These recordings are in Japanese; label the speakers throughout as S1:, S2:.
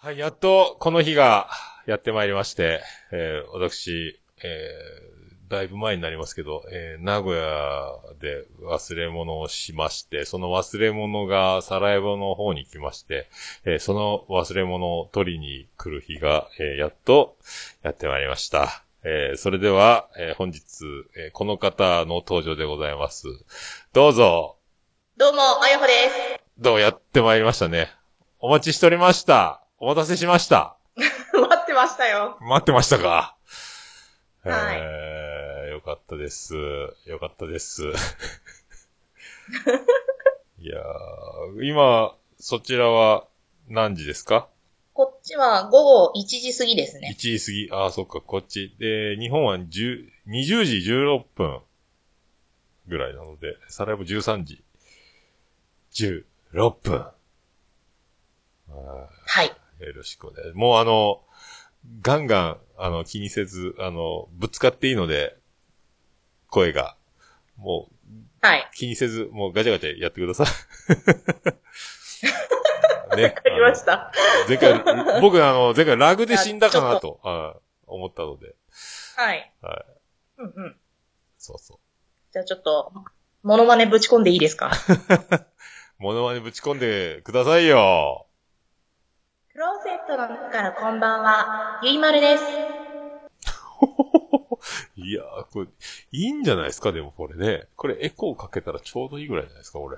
S1: はい、やっとこの日がやってまいりまして、私、だいぶ前になりますけど、名古屋で忘れ物をしまして、その忘れ物がサラエボの方に来まして、その忘れ物を取りに来る日が、やっとやってまいりました。それでは、本日、この方の登場でございます。どうぞ。
S2: どうも、あやほです。
S1: どうやってまいりましたね。お待ちしておりました。お待たせしました。
S2: 待ってましたよ。
S1: 待ってましたか。
S2: はい。
S1: よかったです。よかったです。いやー、今、そちらは何時ですか？
S2: こっちは午後1時過ぎですね。
S1: 1時過ぎ。ああ、そっか、こっち。で、日本は20時16分ぐらいなので、サラエボ13時16分。
S2: はい。
S1: よろしくね。もうガンガン、気にせず、ぶつかっていいので、声が。もう、
S2: はい。
S1: 気にせず、もうガチャガチャやってください。ね。
S2: わかりました。
S1: 前回ラグで死んだかなと、思ったので。
S2: はい。
S1: はい。
S2: うんうん。
S1: そうそう。
S2: じゃあちょっと、モノマネぶち込んでいいですか？
S1: モノマネぶち込んでくださいよ。
S2: クローゼットの中からこんばんは、ゆいまるです。
S1: いやー、これ、いいんじゃないですか、でもこれね。これエコーかけたらちょうどいいぐらいじゃないですか、俺。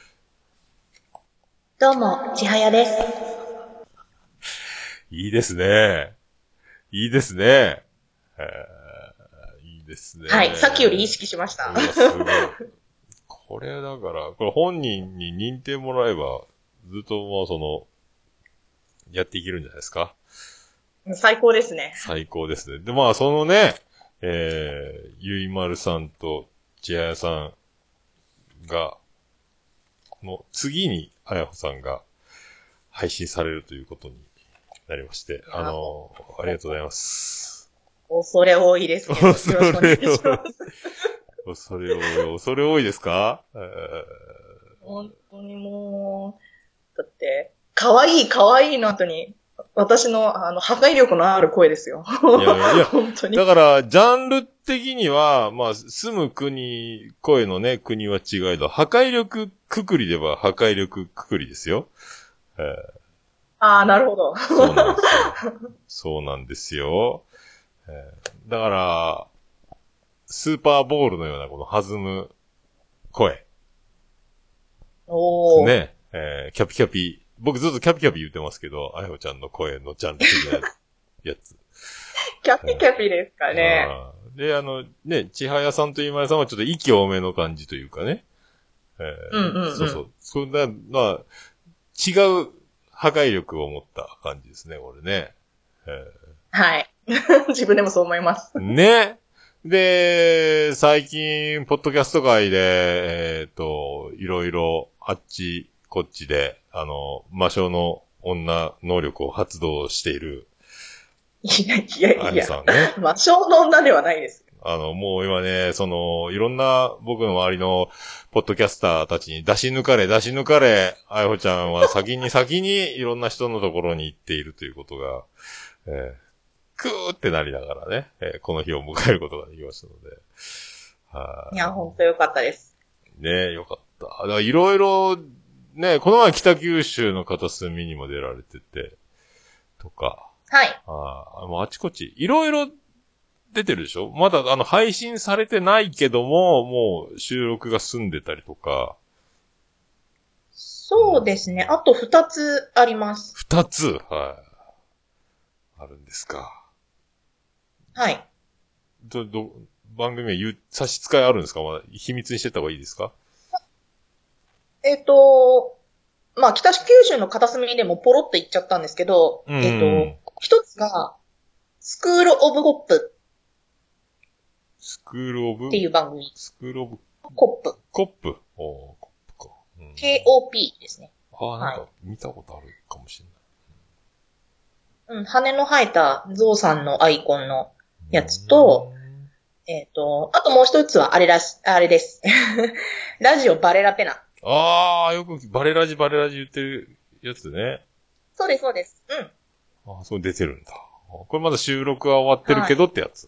S2: どうも、ちはやです。
S1: いいですね。いいですね。いいですね。
S2: はい。さっきより意識しました。
S1: すごい。これだから、これ本人に認定もらえば、ずっとやっていけるんじゃないですか。
S2: 最高ですね。
S1: 最高ですね。で、まあ、そのね、ゆいまるさんとちはやさんが、次にあやほさんが配信されるということになりまして、ありがとうございます。
S2: 恐れ多いですけど、よろしくお願いします。
S1: 恐れ多いですか？
S2: 本当にもう、だって、可愛いの後に、私の、破壊力のある声ですよ。
S1: いや、
S2: 本当に。
S1: だから、ジャンル的には、まあ、住む国、声のね、国は違いど、破壊力くくりでは破壊力くくりですよ。
S2: ああ、なるほど。
S1: そうなんですよ。そうなんですよ。だから、スーパーボールのようなこの弾む声。
S2: おー。
S1: ね。キャピキャピ。僕ずっとキャピキャピ言ってますけど、あやほちゃんの声のジャンル的なやつ。
S2: キャピキャピですかね。
S1: で、ね、ちはやさんと今井さんはちょっと息多めの感じというかね。そうそう。そんな、まあ、違う破壊力を持った感じですね、これね。
S2: はい。自分でもそう思います。
S1: ね。で、最近、ポッドキャスト界で、いろいろ、あっち、こっちで、魔性の女能力を発動している。
S2: いや
S1: あやさんね。
S2: 魔性の女ではないです。
S1: もう今ね、いろんな僕の周りのポッドキャスターたちに出し抜かれ、あやほちゃんは先にいろんな人のところに行っているということが、クーってなりながらね、この日を迎えることができましたので。
S2: いや、ほんとよかったです。
S1: ねよかった。だからいろいろ、ね、この前北九州の片隅にも出られてて、とか。
S2: はい。
S1: もうあちこち、いろいろ出てるでしょ？まだ配信されてないけども、もう収録が済んでたりとか。
S2: そうですね。あと2つあります。
S1: 2つはい。あるんですか。
S2: はい。
S1: 番組は差し支えあるんですか？まだ秘密にしてた方がいいですか？
S2: まあ、北九州の片隅でもポロッと言っちゃったんですけど、一つが、スクールオブコップ。
S1: スクールオブ
S2: っていう番組。
S1: スクールオブ
S2: コップ。
S1: コップ。コップか。
S2: KOP ですね。
S1: なんか見たことあるかもしれない。
S2: 羽の生えたゾウさんのアイコンのやつと、あともう一つはあれです。ラジオバレラペナ。
S1: よくバレラジ言ってるやつね。
S2: そうです。うん。
S1: あ、そう出てるんだ。これまだ収録は終わってるけどってやつ。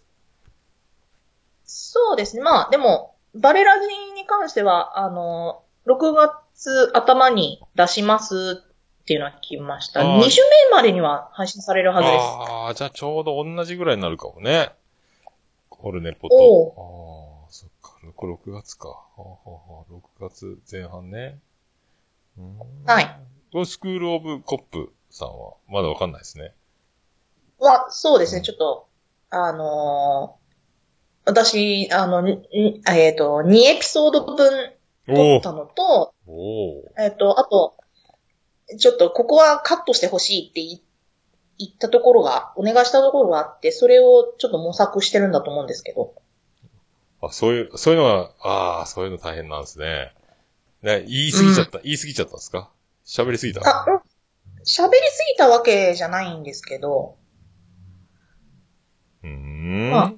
S2: そうですね。まあ、でも、バレラジに関しては、6月頭に出しますっていうのは聞きました。2週目までには配信されるはずです。
S1: ああ、じゃあちょうど同じぐらいになるかもね。オルネポ
S2: お
S1: と。ああ、そっか。これ6月か。6月前半ね。
S2: はい。
S1: これスクールオブコップさんはまだわかんないですね。
S2: そうですね。ちょっと、私、2エピソード分撮ったのと、あと、ちょっとここはカットしてほしいって言ったところが、お願いしたところがあって、それをちょっと模索してるんだと思うんですけど。
S1: あ、そういうのは、そういうの大変なんですね。言い過ぎちゃったんですか？喋りすぎた？
S2: 喋りすぎたわけじゃないんですけど。まあ、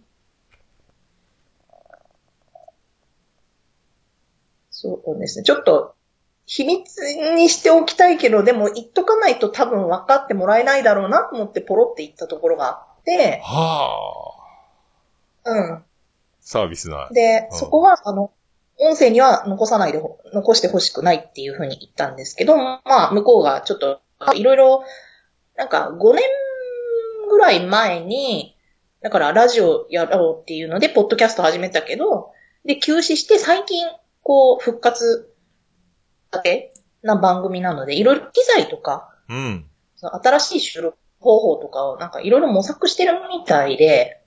S2: そうですね。ちょっと、秘密にしておきたいけど、でも言っとかないと多分分かってもらえないだろうなと思ってポロって言ったところがあって。
S1: は
S2: あ。うん。
S1: サービスな。
S2: で、そこは、音声には残してほしくないっていうふうに言ったんですけど、まあ、向こうがちょっと、いろいろ、なんか5年ぐらい前に、だからラジオやろうっていうので、ポッドキャスト始めたけど、で、休止して最近、こう、復活だけな番組なので、いろいろ機材とか、その新しい収録方法とかをなんかいろいろ模索してるみたいで、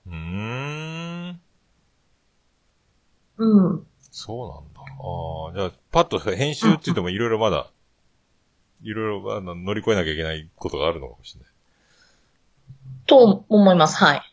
S1: そうなんだ。ああ、じゃあ、パッと編集って言ってもいろいろまだ、いろいろ乗り越えなきゃいけないことがあるのかもしれない。
S2: と思います、はい。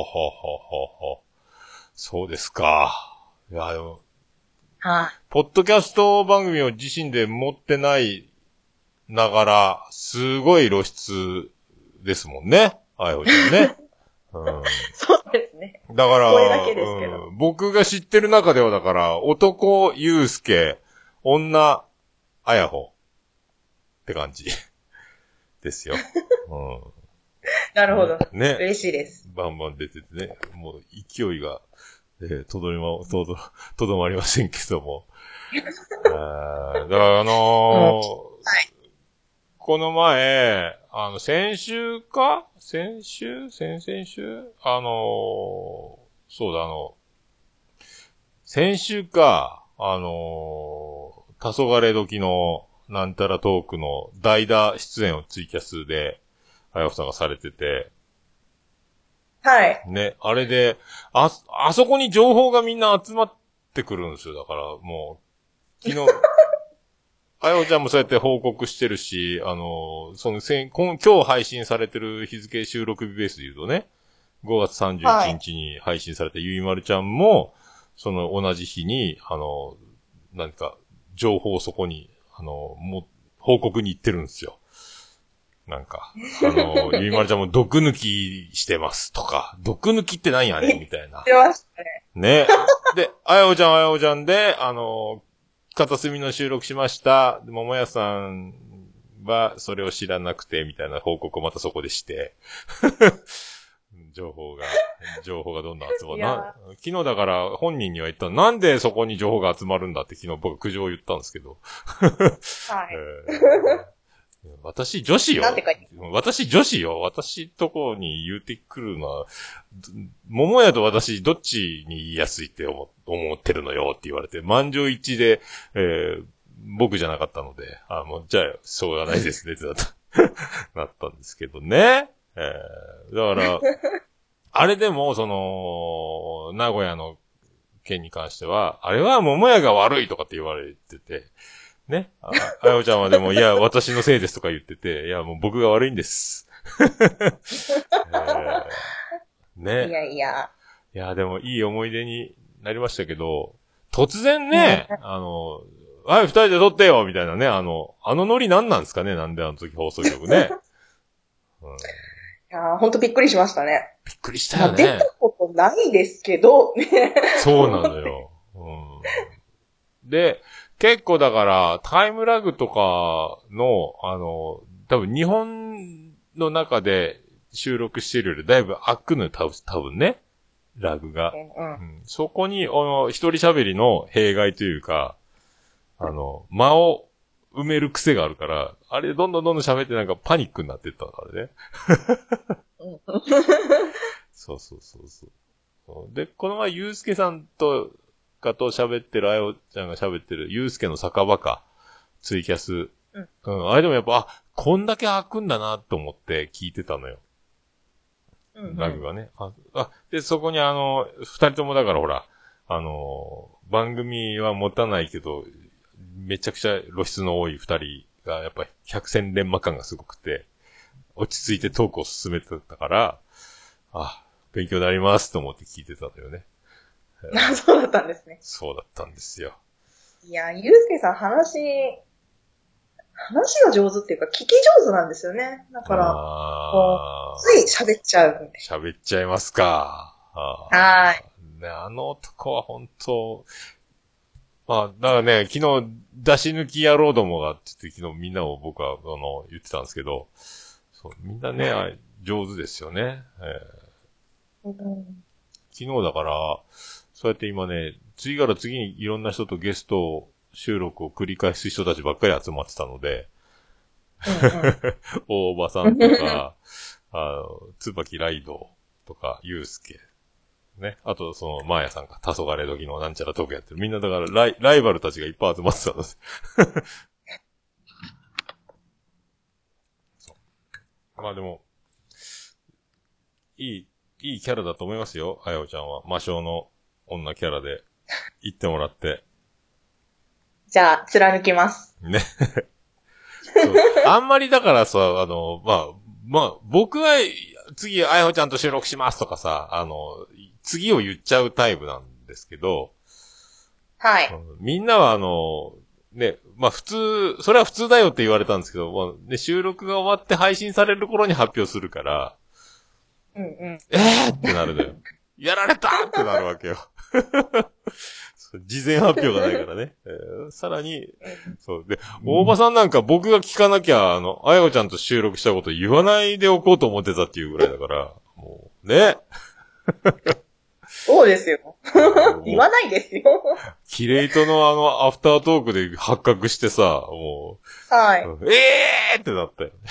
S1: そうですか。いや、でも、
S2: はい。
S1: ポッドキャスト番組を自身で持ってないながら、すごい露出ですもんね。あやほちゃんね。
S2: そうですね。
S1: だから、
S2: これだけですけど。
S1: 僕が知ってる中ではだから、男、ゆうすけ、女、あやほって感じですよ。
S2: なるほど。
S1: ね。
S2: 嬉しいです。
S1: バンバン出ててね。もう勢いが、とどまりませんけども。だからはい。この前、先週先週そうだ、先週か、黄昏時のなんたらトークの代打出演をツイキャスで、あやふさんがされてて、
S2: はい。
S1: ね、あれで、あそこに情報がみんな集まってくるんですよ。だからもう、昨日、あやおちゃんもそうやって報告してるし、今日配信されてる日付収録日ベースで言うとね、5月31日に配信されたゆいまるちゃんも、その同じ日に、何か、情報をそこに、報告に行ってるんですよ。なんか、ゆいまるちゃんも毒抜きしてますとか、毒抜きって何やねんみたいな。
S2: 出ました
S1: ね。
S2: ね。
S1: で、あやおちゃんで、片隅の収録しました。桃屋さんはそれを知らなくて、みたいな報告をまたそこでして。情報がどんどん集まる。昨日だから本人には言ったなんでそこに情報が集まるんだって昨日僕苦情を言ったんですけど。
S2: はい。
S1: 私女子よ。
S2: なんて書いて
S1: 私女子よ。私とこに言うてくるのは、桃屋と私どっちに言いやすいって思ってるのよって言われて、満場一致で、僕じゃなかったので、もうじゃあ、しょうがないですねってなったんですけどね。だから、あれでも、名古屋の件に関しては、あれは桃屋が悪いとかって言われてて、ね。あやおちゃんはでも、いや、私のせいですとか言ってて、いや、もう僕が悪いんです。ね。
S2: いやいや。
S1: いや、でもいい思い出になりましたけど、突然ね、はい、二人で撮ってよみたいなね、ノリ何なんですかねなんであの時放送局ね。
S2: いや、ほんとびっくりしましたね。
S1: びっくりしたよね。
S2: 出たことないですけど、ね。
S1: そうなのよ。で、結構だから、タイムラグとかの、多分日本の中で、 収録してるよりだいぶ開くのよ、多分ね。ラグが。そこに、一人喋りの弊害というか、間を埋める癖があるから、あれどんどん喋ってなんかパニックになってったからね。そう。で、この前、ゆうすけさんと喋ってる、あやおちゃんが喋ってる、ゆうすけの酒場か、ツイキャス。あれでもやっぱ、こんだけ開くんだなと思って聞いてたのよ。ラグがね。で、そこに二人ともだからほら、番組は持たないけど、めちゃくちゃ露出の多い二人が、やっぱり百戦錬磨感がすごくて、落ち着いてトークを進めてたから、勉強になりますと思って聞いてたのよね。
S2: そうだったんですね。
S1: そうだったんですよ。
S2: いや、ゆうすけさん話が上手っていうか、聞き上手なんですよね。だから、つい喋っちゃう。
S1: 喋っちゃいますか。
S2: はい。
S1: ね、あの男は本当、だからね、昨日、出し抜き野郎どもがって言って、昨日みんなを僕は、言ってたんですけど、そう、みんなね、上手ですよね。昨日だから、そうやって今ね、次から次にいろんな人とゲスト収録を繰り返す人たちばっかり集まってたので、大場さんとか、椿ライドとか、ゆうすけ、ね。あと、マーヤさんが、黄昏時のなんちゃらトークやってる。みんなだからライバルたちがいっぱい集まってたんです。そう。まあでも、いいキャラだと思いますよ、あやおちゃんは。魔性の女キャラで、言ってもらって。
S2: じゃあ、貫きます。
S1: ね。そうあんまりだからさ、僕は、次、あやおちゃんと収録しますとかさ、次を言っちゃうタイプなんですけど、
S2: はい。
S1: みんなはね、それは普通だよって言われたんですけど、ね、収録が終わって配信される頃に発表するから、ってなるのよ。やられたってなるわけよ。事前発表がないからね。さらに、そう。で、大場さんなんか僕が聞かなきゃ、あやこちゃんと収録したこと言わないでおこうと思ってたっていうぐらいだから、もう、ね。
S2: そうですよ。言わないですよ。
S1: キレイトのアフタートークで発覚してさ、も
S2: う。はい。
S1: ってなったよね。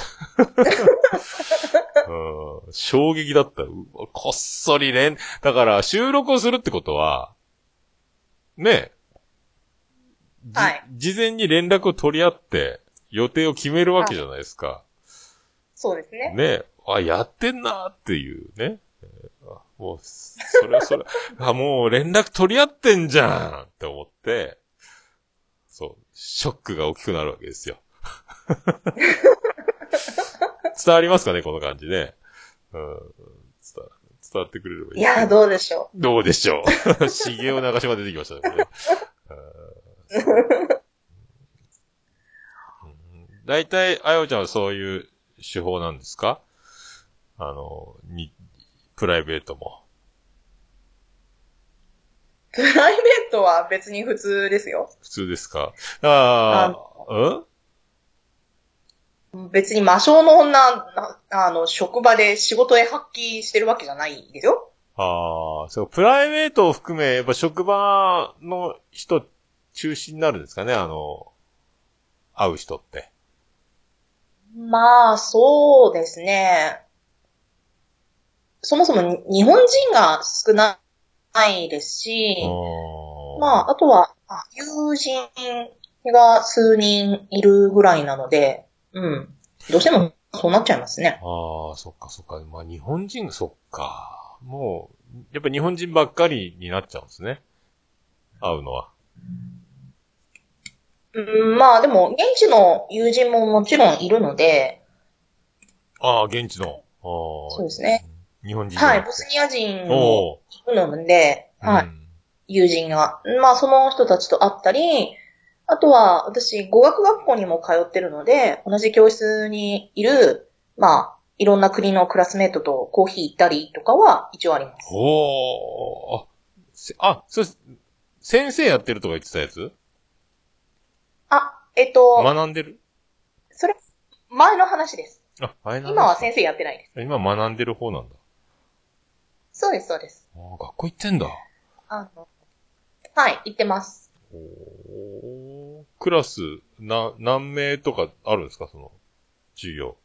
S1: 衝撃だった。こっそりだから収録をするってことは、ね
S2: はい。
S1: 事前に連絡を取り合って、予定を決めるわけじゃないですか。
S2: そうですね。
S1: ねやってんなーっていうね。もう、もう連絡取り合ってんじゃんって思って、そう、ショックが大きくなるわけですよ。伝わりますかね、この感じね。伝わってくれればいい。
S2: いや、どうでしょ
S1: う。どうでしょう。しげお長島出てきましたね。だいたい、あよちゃんはそういう手法なんですか？プライベートも。
S2: プライベートは別に普通ですよ。
S1: 普通ですか？
S2: 別に魔性の女、職場で仕事へ発揮してるわけじゃないですよ。
S1: そう、プライベートを含め、やっぱ職場の人中心になるんですかね、会う人って。
S2: まあ、そうですね。そもそも日本人が少ないですし、あとは、友人が数人いるぐらいなので、どうしてもそうなっちゃいますね。
S1: そっか。日本人、そっか。もう、やっぱ日本人ばっかりになっちゃうんですね。会うのは。
S2: でも、現地の友人ももちろんいるので。
S1: 現地の。
S2: そうですね。
S1: 日本人。
S2: はい、ボスニア人もいるので、はい、友人が。その人たちと会ったり、あとは、私、語学学校にも通ってるので、同じ教室にいる、いろんな国のクラスメートとコーヒー行ったりとかは一応あります。
S1: それ、先生やってるとか言ってたやつ？学んでる？
S2: それ、前の話です。
S1: あ、あれなんですか？
S2: 今は先生やってないです。
S1: 今学んでる方なんだ。
S2: そうです、そうです。
S1: 学校行ってんだ。
S2: はい、行ってます。
S1: クラス、何名とかあるんですか、その、授業。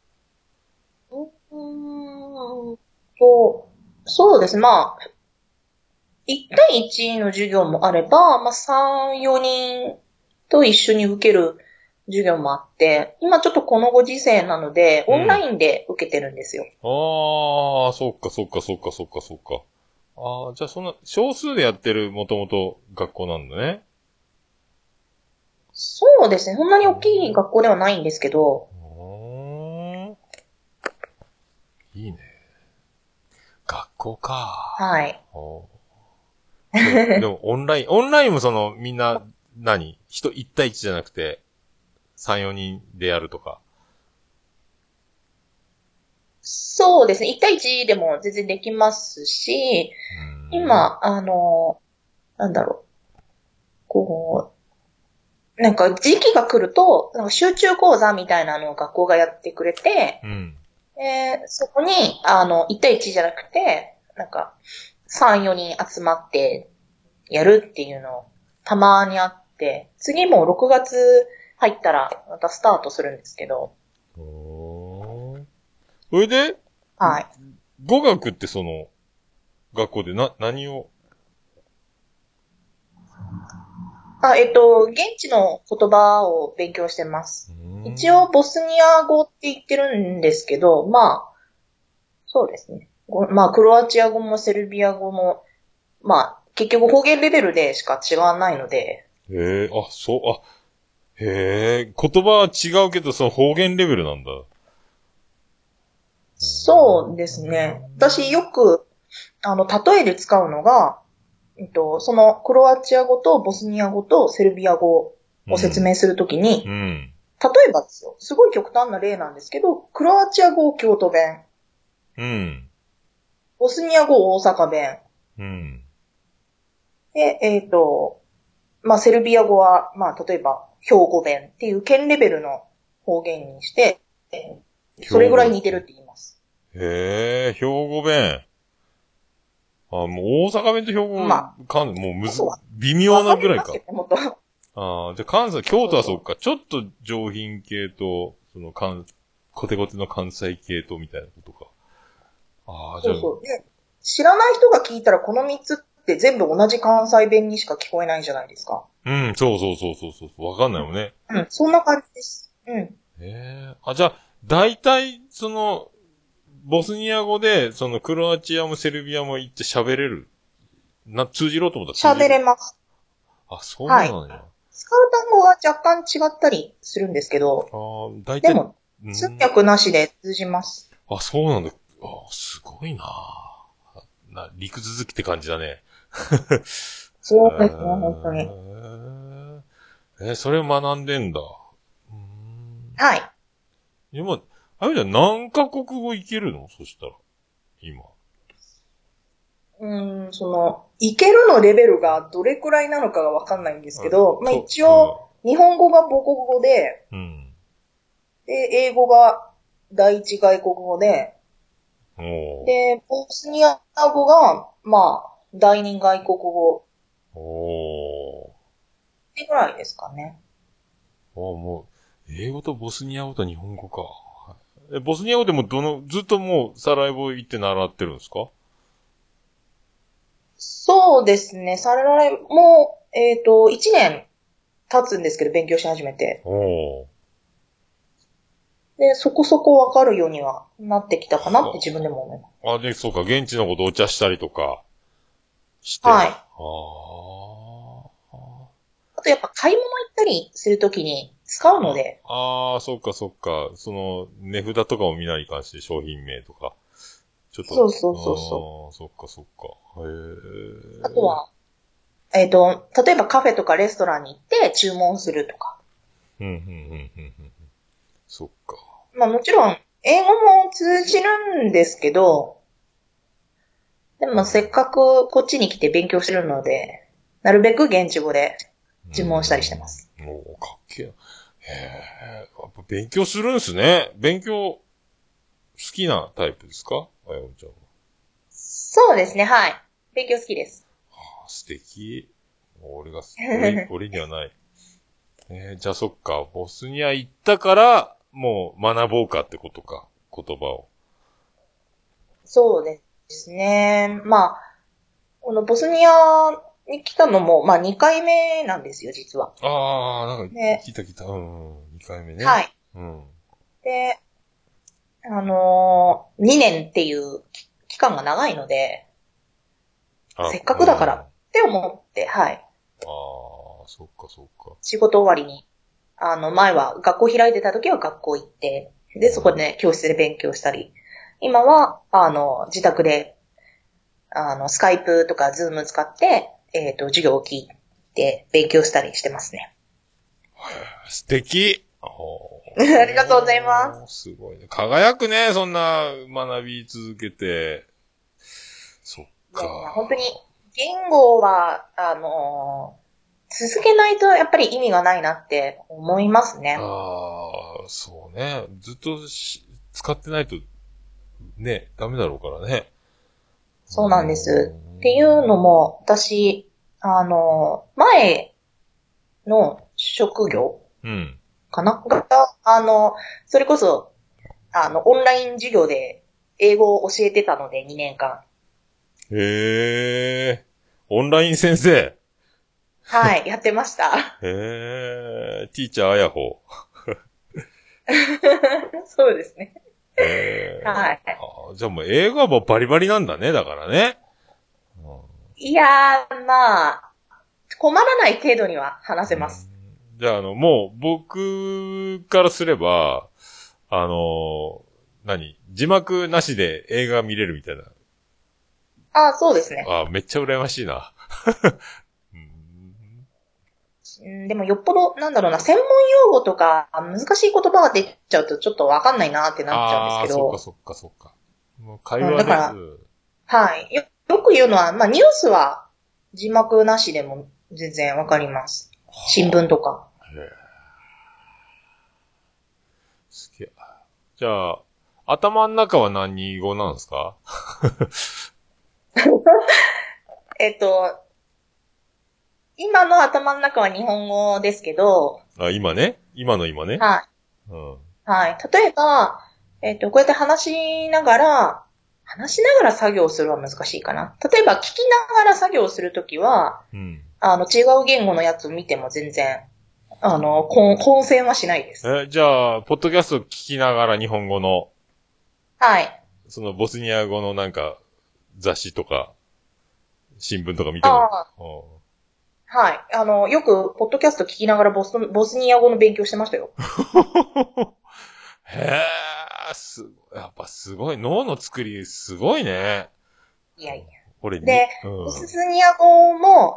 S2: そうです。まあ、1対1の授業もあれば、まあ3、4人と一緒に受ける授業もあって、今ちょっとこのご時世なので、オンラインで受けてるんですよ。
S1: ああ、そっかそっかそっかそっかそっか。ああ、じゃあそんな、少数でやってるもともと学校なんだね。
S2: そうですね。そんなに大きい学校ではないんですけど。
S1: いいね。学校か。
S2: はい。
S1: でもオンラインもその、みんな、人1対1じゃなくて、3、4人でやるとか。
S2: そうですね。1対1でも全然できますし、今、なんだろう。こなんか時期が来ると、なんか集中講座みたいなのを学校がやってくれて、そこに、1対1じゃなくて、なんか、3、4人集まってやるっていうのをたまにあって、次も6月入ったらまたスタートするんですけど。
S1: それで、
S2: はい。
S1: 語学ってその、学校で何を
S2: 現地の言葉を勉強してます。一応、ボスニア語って言ってるんですけど、まあ、そうですね。まあ、クロアチア語もセルビア語も、まあ、結局方言レベルでしか違わないので。
S1: へえ、言葉は違うけど、その方言レベルなんだ。
S2: そうですね。私よく、例えで使うのが、そのクロアチア語とボスニア語とセルビア語を説明するときに、例えばですよ、すごい極端な例なんですけど、クロアチア語京都弁、ボスニア語大阪弁、で、まあ、セルビア語は、まあ、例えば兵庫弁っていう県レベルの方言にして、それぐらい似てるって言います。
S1: へえ、兵庫弁。もう大阪弁と兵庫、
S2: まあ、
S1: もう微妙なぐらいか。
S2: わかりますよね、
S1: じゃあ関西、京都はそっか。ちょっと上品系と、そのコテコテの関西系とみたいなことか。じゃあ。
S2: そう。で、知らない人が聞いたらこの3つって全部同じ関西弁にしか聞こえないじゃないですか。
S1: そう。わかんないもんね。
S2: そんな感じです。
S1: じゃあ、大体、その、ボスニア語で、そのクロアチアもセルビアも行って喋れる。通じろと思ったら
S2: 喋れます。
S1: そうなんや。
S2: はい。使う単語は若干違ったりするんですけど、
S1: 大体。
S2: でも、通訳なしで通じます。
S1: そうなんだ。すごいな陸続きって感じだね。
S2: そうですね、本当に。
S1: それを学んでんだ。
S2: はい。
S1: 今、あれじゃ何カ国語いけるの？そしたら、今。
S2: いけるのレベルがどれくらいなのかがわかんないんですけど、まあ一応、日本語が母国語で、で、英語が第一外国語で、で、ボスニア語が、まあ、第二外国語。ってぐらいですかね。
S1: もう、英語とボスニア語と日本語か。ボスニア語でもずっともう、サラエボ行って習ってるんですか？
S2: そうですね。サラエボも、1年経つんですけど、勉強し始めて。で、そこそこわかるようにはなってきたかなって自分でも思います。
S1: で、そうか、現地のことお茶したりとかして。
S2: はい。あとやっぱ買い物行ったりするときに使うので。
S1: そっか。その、値札とかを見ない関して商品名とか。ちょっと。
S2: そう。
S1: そっか。
S2: あとは、例えばカフェとかレストランに行って注文するとか。
S1: そっか。
S2: まあもちろん、英語も通じるんですけど、でもせっかくこっちに来て勉強してるので、なるべく現地語で注文したりしてます。
S1: かっけえ。やっぱ勉強するんすね。勉強きなタイプですか？あやおちゃんは。
S2: そうですね、はい。勉強好きです。
S1: 素敵。俺にはない。じゃあそっか、ボスニア行ったから、もう学ぼうかってことか、言葉を。
S2: そうですね。まあ、このボスニアに来たのも、まあ2回目なんですよ、実は。
S1: ああ、なんか、
S2: で、
S1: 聞いた。2回目ね。
S2: はい。
S1: うん。
S2: で、2年っていう期間が長いので、せっかくだからって思って、はい。
S1: ああ、そっか。
S2: 仕事終わりに、前は学校開いてた時は学校行って、で、そこでね、教室で勉強したり、今は、自宅で、スカイプとかズーム使って、授業を聞いて勉強したりしてますね。
S1: 素敵。
S2: ありがとうございます。
S1: すごいね。輝くね、そんな学び続けて。そっか。
S2: 本当に、言語は、続けないとやっぱり意味がないなって思いますね。
S1: ああ、そうね。ずっと使ってないと、ね、ダメだろうからね。
S2: そうなんです。っていうのも、私、前の職業かな、が、それこそ、オンライン授業で英語を教えてたので、2年間。
S1: へえ、オンライン先生。
S2: はい、やってました。
S1: へえ、ティーチャーあやほ。
S2: そうですね。
S1: はい。じゃあもう英語はもうバリバリなんだね、だからね。
S2: いやー、まあ、困らない程度には話せます。
S1: じゃあもう僕からすれば、字幕なしで映画見れるみたいな。
S2: あ、そうですね。
S1: めっちゃ羨ましいな。
S2: でもよっぽど、専門用語とか難しい言葉が出ちゃうとちょっとわかんないなってなっちゃうんですけど。
S1: そっか。もう会話で。
S2: だから、はい。よく言うのは、まあニュースは字幕なしでも全然わかります。新聞とか。
S1: すげえ。じゃあ、頭の中は何語なんですか？
S2: 今の頭の中は日本語ですけど。
S1: 今ね。はい。
S2: はい。例えば、こうやって話しながら作業するは難しいかな。例えば、聞きながら作業するときは、違う言語のやつを見ても全然、混戦はしないです。
S1: じゃあ、ポッドキャスト聞きながら日本語の、
S2: はい。
S1: そのボスニア語の雑誌とか、新聞とか見ても。
S2: はい。よく、ポッドキャスト聞きながらボスニア語の勉強してましたよ。
S1: へー、やっぱすごい。脳の作り、すごいね。
S2: いや。
S1: で、
S2: ボスニア語も、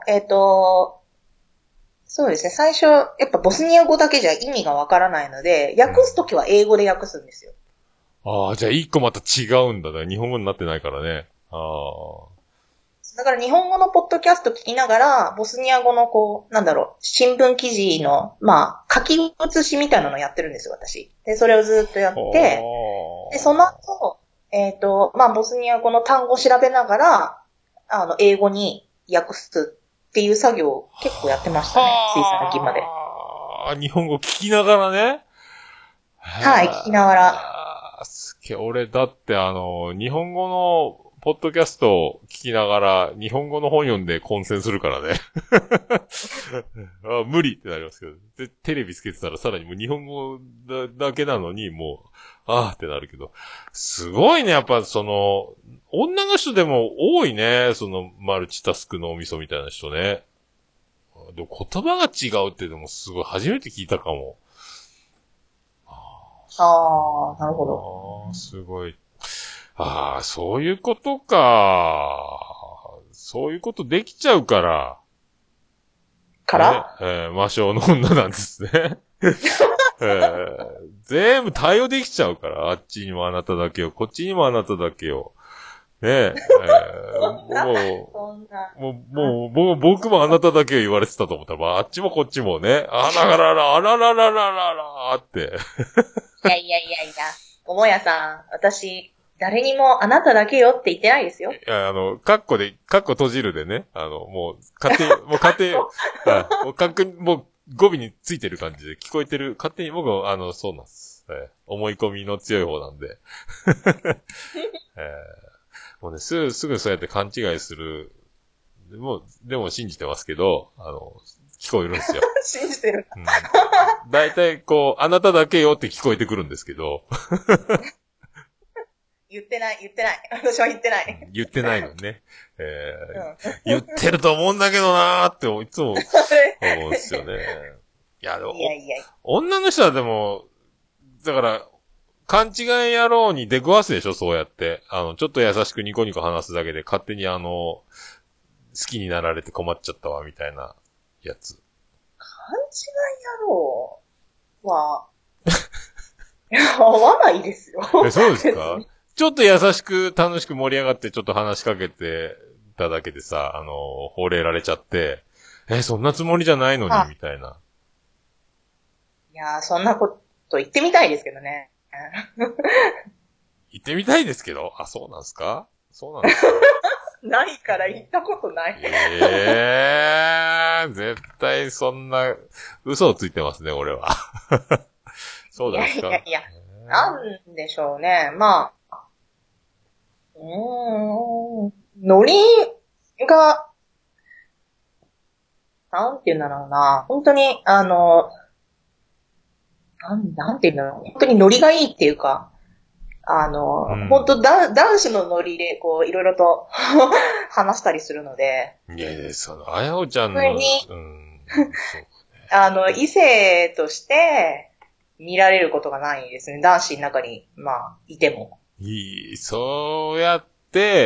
S2: そうですね。最初、やっぱボスニア語だけじゃ意味がわからないので、訳すときは英語で訳すんですよ。
S1: じゃあ一個また違うんだね。日本語になってないからね。
S2: だから日本語のポッドキャスト聞きながら、ボスニア語の新聞記事の、書き写しみたいなのをやってるんですよ、私。で、それをずっとやって、で、その後、ボスニア語の単語を調べながら、英語に訳すっていう作業を結構やってましたね、つい最近まで。
S1: 日本語聞きながらね。
S2: はい、聞きながら。
S1: 俺だって日本語のポッドキャストを聞きながら日本語の本読んで混戦するからね。無理ってなりますけど。で、テレビつけてたらさらにもう日本語だけなのにもう、ってなるけど。すごいね、やっぱ女の人でも多いね、マルチタスクのお味噌みたいな人ね。でも言葉が違うってでもすごい初めて聞いたかも。
S2: なるほ
S1: ど。すごい。そういうことか。そういうことできちゃうから。魔性の女なんですね。全部対応できちゃうから。あっちにもあなただけよ。こっちにもあなただけよ。もう、僕もあなただけ言われてたと思ったら、あっちもこっちもね、あららららって。
S2: いや。 桃屋さん、私、誰にもあなただけよって言ってないですよ。
S1: いや、カッコ閉じるでね、もう、勝手に、もう勝手に、はい、もう勝手に、もう語尾についてる感じで聞こえてる、勝手に僕は、そうなんです。思い込みの強い方なんで。もうね、すぐそうやって勘違いする、でも信じてますけど、聞こえるんですよ。
S2: 信じてる。
S1: うん、だいたいこう、あなただけよって聞こえてくるんですけど。
S2: 言ってない。私は言ってない。
S1: 言ってないのにね。言ってると思うんだけどなーっていつも思うんですよね。いや、でも、女の人はでも、だから、勘違い野郎に出くわすでしょ、そうやって。ちょっと優しくニコニコ話すだけで勝手に好きになられて困っちゃったわ、みたいなやつ。
S2: 勘違い野郎は、合わないですよ。
S1: そうですかちょっと優しく楽しく盛り上がってちょっと話しかけてただけでさ、惚れられちゃって、そんなつもりじゃないのに、みたいな。
S2: いやー、そんなこと言ってみたいですけどね。
S1: 言ってみたいですけど、そうなんですかそうなんですか
S2: ないから言ったことない。
S1: 絶対そんな、嘘をついてますね、俺は。そうなんですか
S2: いや、なんでしょうね。まあ、ノリが、なんて言うんだろうな。本当に、なんて言うんだろう。本当にノリがいいっていうか、本当男子のノリで、こう、いろいろと話したりするので。
S1: いや、あやおちゃんの、そう
S2: ね、異性として見られることがないですね。男子の中に、いても。
S1: そうやって、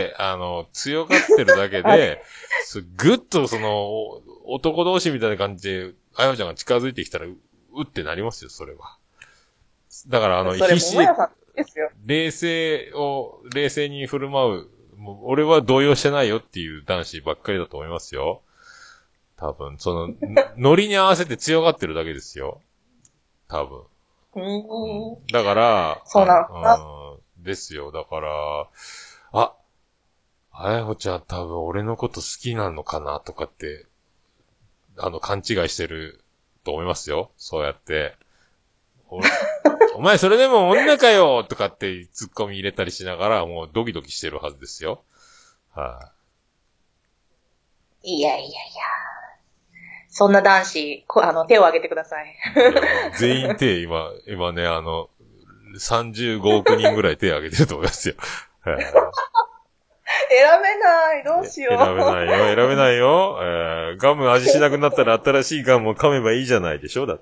S1: 強がってるだけで、ぐっと男同士みたいな感じで、あやおちゃんが近づいてきたら、うってなりますよ、それは。だから必死で、冷静に振る舞う。もう俺は動揺してないよっていう男子ばっかりだと思いますよ。多分、ノリに合わせて強がってるだけですよ。多分。だから、
S2: そうなんだ。
S1: ですよ。だから、あやほちゃん多分俺のこと好きなのかなとかって、勘違いしてると思いますよ。そうやって。お前それでも女かよとかってツッコミ入れたりしながらもうドキドキしてるはずですよ。
S2: いや。そんな男子、手を挙げてください。
S1: 全員手、今ね、35億人ぐらい手挙げてると思いますよ。
S2: 選べない、どうしよう。
S1: 選べないよ。ガム味しなくなったら新しいガムを噛めばいいじゃないでしょだって。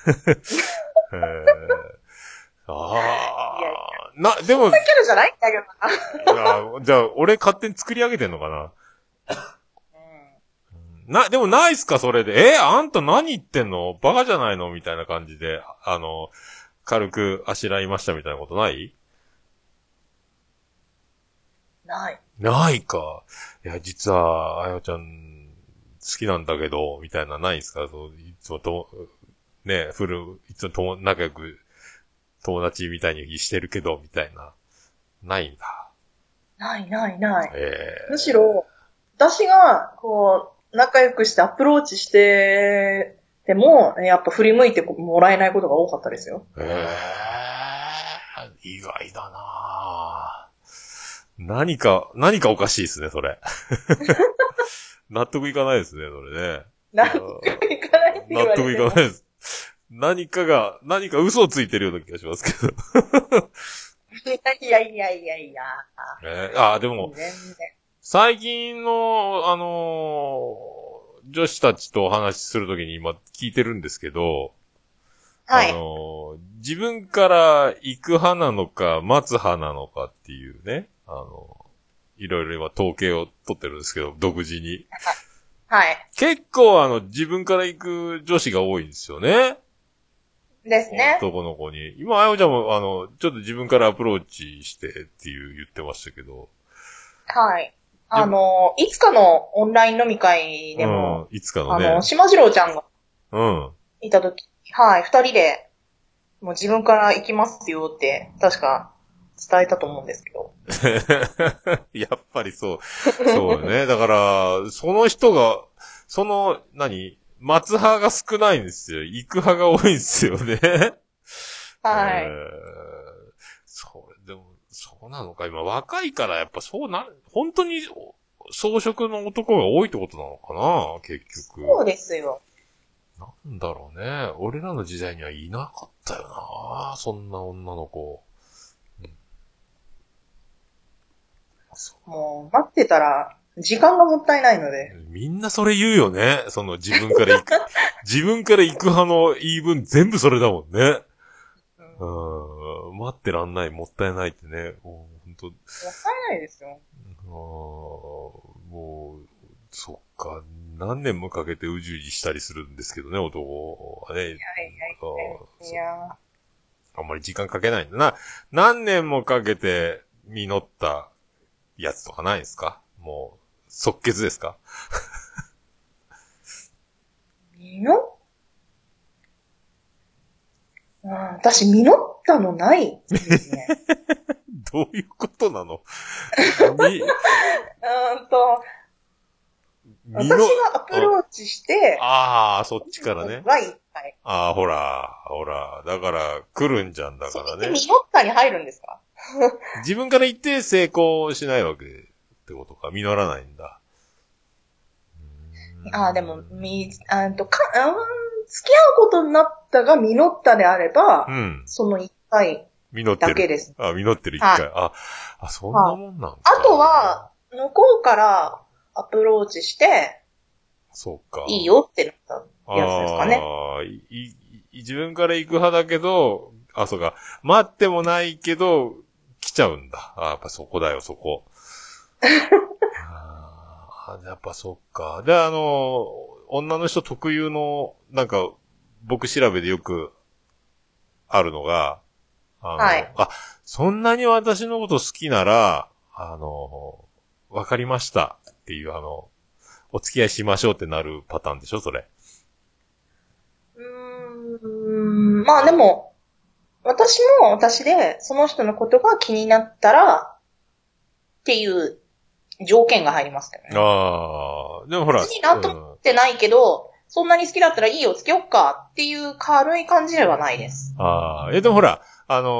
S1: でも。そんなキャラじゃないんだけどな。じゃあ、俺勝手に作り上げてんのかな。でもないっすか、それで。あんた何言ってんのバカじゃないのみたいな感じで、軽くあしらいましたみたいなことないないか。いや、実は、あやちゃん、好きなんだけど、みたいなないんすかいつもいつも仲良く、友達みたいにしてるけど、みたいな。ないんだ。
S2: ない。むしろ、私が、こう、仲良くしてアプローチしてても、やっぱ振り向いてもらえないことが多かったですよ。
S1: 意外だな何かおかしいですね、それ。納得いかないですね、それね。
S2: 納得いかないって言われても。
S1: 納得いかないです。何か嘘をついてるような気がしますけど。
S2: いや。
S1: でも、最近の、女子たちとお話しするときに今聞いてるんですけど、
S2: はい。
S1: 自分から行く派なのか、待つ派なのかっていうね、いろいろ今統計を取ってるんですけど、独自に。
S2: はい。
S1: 結構自分から行く女子が多いんですよね。
S2: ですね。
S1: 男の子に。今、あやおちゃんも、ちょっと自分からアプローチしてって言ってましたけど。
S2: はい。いつかのオンライン飲み会でも、
S1: いつかのね。
S2: 島次郎ちゃんが、いたとき、はい、二人で、 もう自分から行きますよって、確か伝えたと思うんですけど。
S1: やっぱりそう。そうよね。だから、その人が、待つ派が少ないんですよ。行く派が多いんですよね。
S2: はい。
S1: でも、そうなのか。今、若いから、やっぱ本当に、装飾の男が多いってことなのかな、結局。
S2: そうですよ。
S1: なんだろうね。俺らの時代にはいなかったよな、そんな女の子。
S2: もう、待ってたら、時間がもったいないので。
S1: みんなそれ言うよね。自分から行く派の言い分全部それだもんね。待ってらんない、もったいないってね。もう、ほんと。
S2: もったいないですよ。
S1: もう、そっか。何年もかけてうじうじしたりするんですけどね、男はね。
S2: いや。
S1: あんまり時間かけないんだな。何年もかけて実ったやつとかないですか？もう、即決ですか？
S2: 私、実ったのないですね。
S1: どういうことなの？
S2: 私がアプローチして、
S1: そっちからね。
S2: はい。
S1: ほら。だから、来るんじゃんだからね。
S2: 実ったに入るんですか？
S1: 自分から言って成功しないわけってことか。実らないんだ。
S2: でも、付き合うことになったが実ったであれば、その一回だけです。
S1: 実ってる一回。そんなもんなんか。
S2: あとは、向こうからアプローチして、
S1: そうか。
S2: いいよってなったやつですかね。
S1: 自分から行く派だけど、そうか。待ってもないけど、来ちゃうんだ。やっぱそこだよ、そこ。やっぱそっか。で、女の人特有の、なんか、僕調べでよくあるのが、
S2: はい。
S1: そんなに私のこと好きなら、わかりましたっていう、お付き合いしましょうってなるパターンでしょ、それ。
S2: まあでも、私も私で、その人のことが気になったら、っていう条件が入りますけどね。
S1: でもほら。
S2: 別になんとも思ってないけど、そんなに好きだったらいいよ、付き合おっかっていう軽い感じではないです。
S1: でもほら、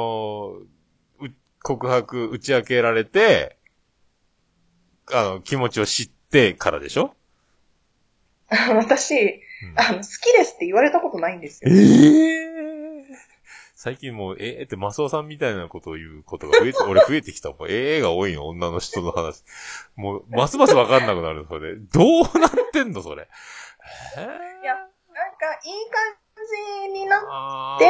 S1: 告白打ち明けられて、気持ちを知ってからでしょ？
S2: 私、好きですって言われたことないんですよ。
S1: 最近もう、ってマスオさんみたいなことを言うことが俺増えてきたもん。が多いの、女の人の話。もう、ますますわかんなくなる、それ。どうなってんの、それ。
S2: いや、なんか、いい感じになって、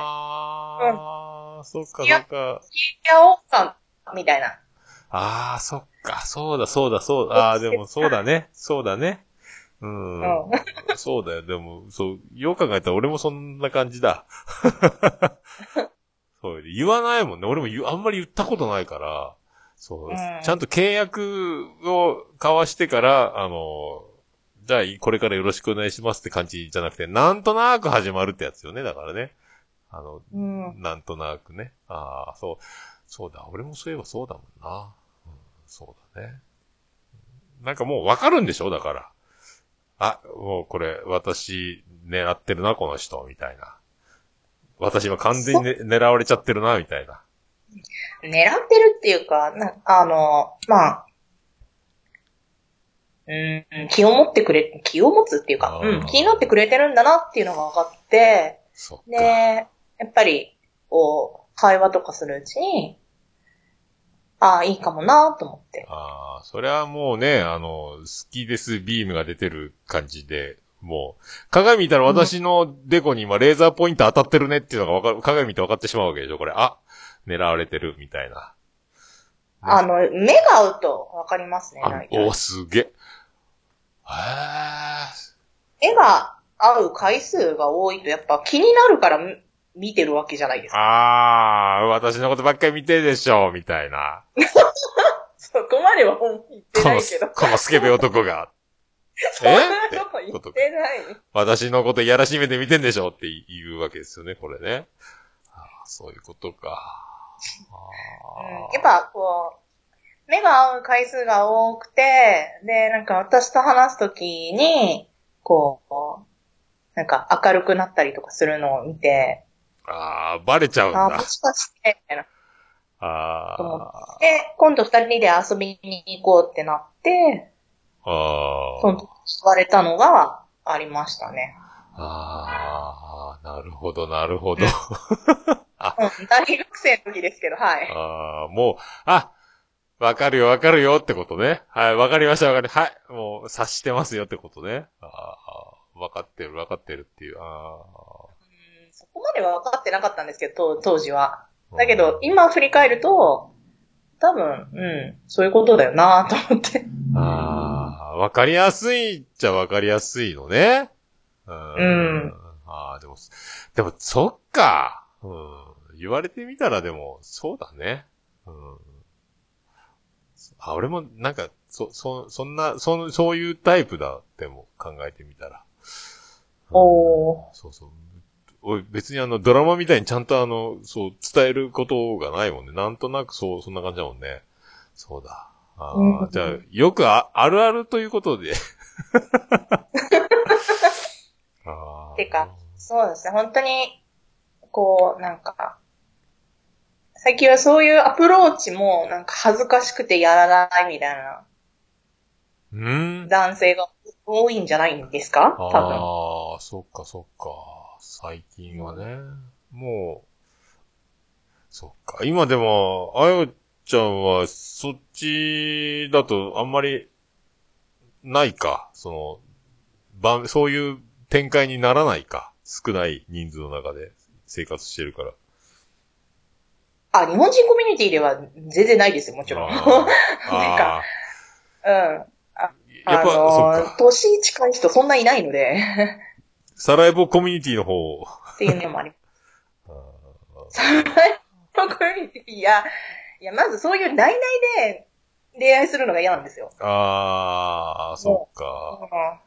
S1: そっか、そっか。
S2: 付き合おうか、みたいな。
S1: そっか、そうだ。でもそうだね。そうだね。そうだよ。でも、よう考えたら俺もそんな感じだ。そう、言わないもんね。俺もあんまり言ったことないから、ちゃんと契約を交わしてから、じゃあ、これからよろしくお願いしますって感じじゃなくて、なんとなく始まるってやつよね。だからね。なんとなくね。そうだ。俺もそういえばそうだもんな。そうだね。なんかもうわかるんでしょ？だから。もうこれ、私、狙ってるな、この人、みたいな。私今完全に、狙われちゃってるな、みたいな。
S2: 狙ってるっていうか、まあ、気を持つっていうか、気になってくれてるんだなっていうのが分かって、で、やっぱり、会話とかするうちに、いいかもなと思って。
S1: それはもうね、好きですビームが出てる感じで、もう、鏡見たら私のデコに今レーザーポイント当たってるねっていうのが鏡見て分かってしまうわけでしょ、これ。狙われてる、みたいな。
S2: 目が合うと分かりますね、
S1: すげえ。
S2: 目が合う回数が多いとやっぱ気になるから見てるわけじゃないですか。
S1: 私のことばっかり見てるでしょ、みたいな。
S2: そこまでは言ってないけど。
S1: このスケベ男が。
S2: そんなこと言ってない。
S1: 私のことやらしめて見てんでしょって言うわけですよね、これね。 そういうことか。
S2: やっぱこう、目が合う回数が多くて、で、なんか私と話すときに、こう、なんか明るくなったりとかするのを見て、
S1: バレちゃうんだ。
S2: もしかして、みたいな。と思
S1: あ
S2: って、今度二人で遊びに行こうってなって、
S1: あ。あ
S2: その時言われたのがありましたね。
S1: あ。なるほど、なるほど。
S2: 大学生の時ですけど、はい。
S1: もう、わかるよ、わかるよってことね。はい、わかりました、わかりました。はい、もう察してますよってことね。わかってる、わかってるっていう。
S2: そこまでは分かってなかったんですけど、当時は。だけど、今振り返ると、多分、そういうことだよなと思って。
S1: わかりやすいっちゃわかりやすいのね。でも、そっか。言われてみたらでも、そうだね。俺もなんか、そういうタイプだっても考えてみたら。そうそう。俺別にドラマみたいにちゃんとそう、伝えることがないもんね。なんとなくそんな感じだもんね。そうだ。じゃあ、よくあるあるということで。
S2: てか、そうですね。本当に、こう、なんか、最近はそういうアプローチも、なんか恥ずかしくてやらないみたいな、男性が多いんじゃないんですか？多分。
S1: そっかそっか。最近はね。もう、そっか。今でも、あよちゃんは、そっちだとあんまり、ないか。そういう展開にならないか。少ない人数の中で生活してるから。
S2: 日本人コミュニティでは全然ないですよ、もちろん。なんか、
S1: やっぱ、そっか。
S2: 年近い人そんないないので。
S1: サラエボコミュニティの方。
S2: っていうのもあります。サラエボコミュニティ、いや、まずそういう内々で恋愛するのが嫌なんですよ。
S1: そっか。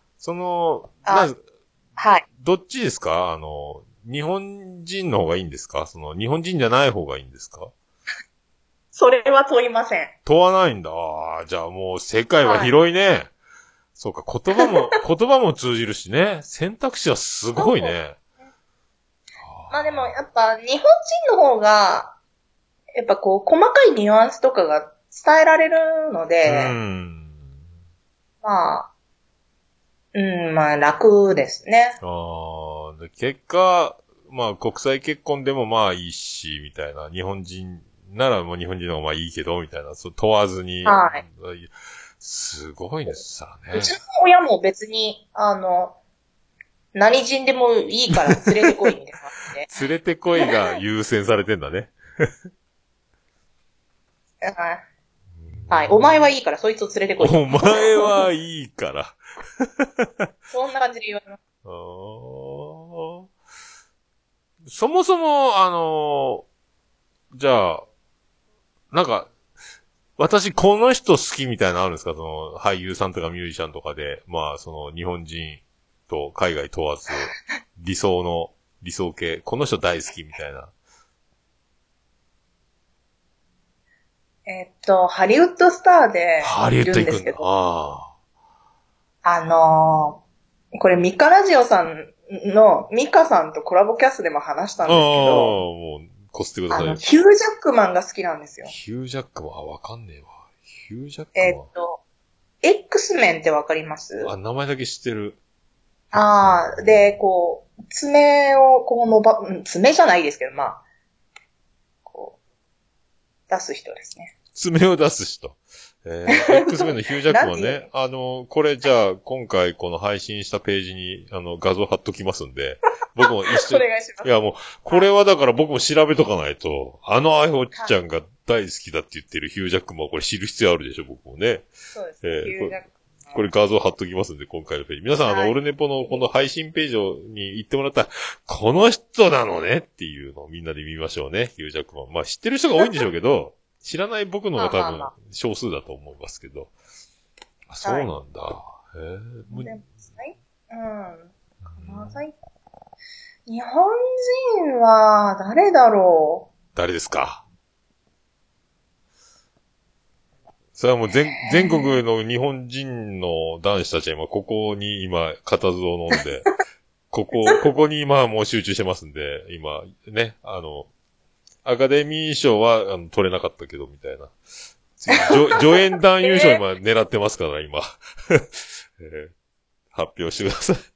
S2: はい。
S1: どっちですか？日本人の方がいいんですか？日本人じゃない方がいいんですか？
S2: それは問いません。
S1: 問わないんだ。じゃあもう世界は広いね。はい、そうか、言葉も通じるしね。選択肢はすごいね。
S2: まあでもやっぱ日本人の方が、やっぱこう細かいニュアンスとかが伝えられるので、まあ楽ですね。
S1: 結果、まあ国際結婚でもまあいいし、みたいな。日本人ならもう日本人の方がまあいいけど、みたいな。そう問わずに。
S2: はい。
S1: すごいですさね。
S2: うちの親も別に、何人でもいいから連れてこいみたいな感じで。
S1: 連れてこいが優先されてんだね。
S2: はい。お前はいいからそいつを連れてこい。
S1: お前はいいから。
S2: そんな感じで言われます。
S1: そもそも、じゃあ、なんか、私この人好きみたいなのあるんですか？俳優さんとかミュージシャンとかで、まあ日本人と海外問わず、理想系、この人大好きみたいな。
S2: ハリウッドスターでいるんですけど。これミカラジオさんのミカさんとコラボキャスでも話したんですけど。
S1: もう、こすってください。
S2: ヒュージャックマンが好きなんですよ。
S1: ヒュージャックマン、わかんねえわ。ヒュージャックマン。
S2: X メンってわかります？
S1: 名前だけ知ってる。
S2: で、こう、爪を爪じゃないですけど、まあ、こう、出す人ですね。
S1: 爪を出す人。X メンのヒュージャックマンね。これじゃあ、今回この配信したページに、画像貼っときますんで、僕も一緒に。
S2: お願いします。
S1: いやもう、これはだから僕も調べとかないと、あおちゃんが大好きだって言ってるヒュージャックマンをこれ知る必要あるでしょ、僕もね。
S2: そうですね。ヒュージャックマン。
S1: これ画像貼っときますんで、今回のページ。皆さん、オルネポのこの配信ページに行ってもらったら、この人なのねっていうのをみんなで見ましょうね、ヒュージャックマン。まあ知ってる人が多いんでしょうけど、知らない僕のが多分少数だと思いますけど。そうなんだ。
S2: 日本人は誰だろ
S1: 誰ですか？それはもう全国の日本人の男子たちは今、ここに今、固唾を飲んで、ここに今もう集中してますんで、今、ね、アカデミー賞は取れなかったけど、みたいな。次助演男優賞今狙ってますから、今。発表してください。
S2: う。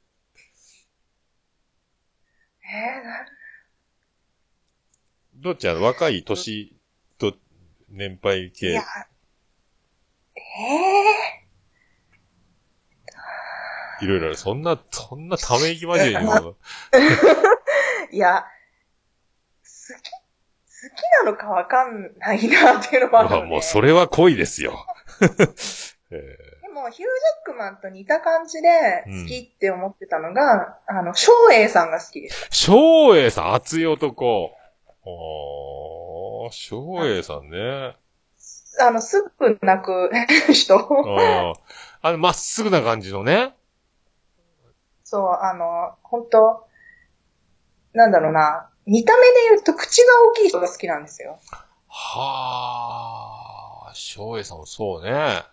S1: どっち若い年と年配
S2: い
S1: 系
S2: や、。
S1: いろいろある。そんなため息まじりに言うの。
S2: いや、好きなのかわかんないなっていうのもあるので。
S1: もうそれは恋ですよ。
S2: でも、ヒュージャックマンと似た感じで好きって思ってたのが、翔英さんが好きでした。
S1: 翔英さん、熱い男。翔英さんね。
S2: すぐ泣く人。
S1: まっすぐな感じのね。
S2: そう、本当なんだろうな。見た目で言うと口が大きい人が好きなんですよ。
S1: はあ、翔英さんもそうね。
S2: だ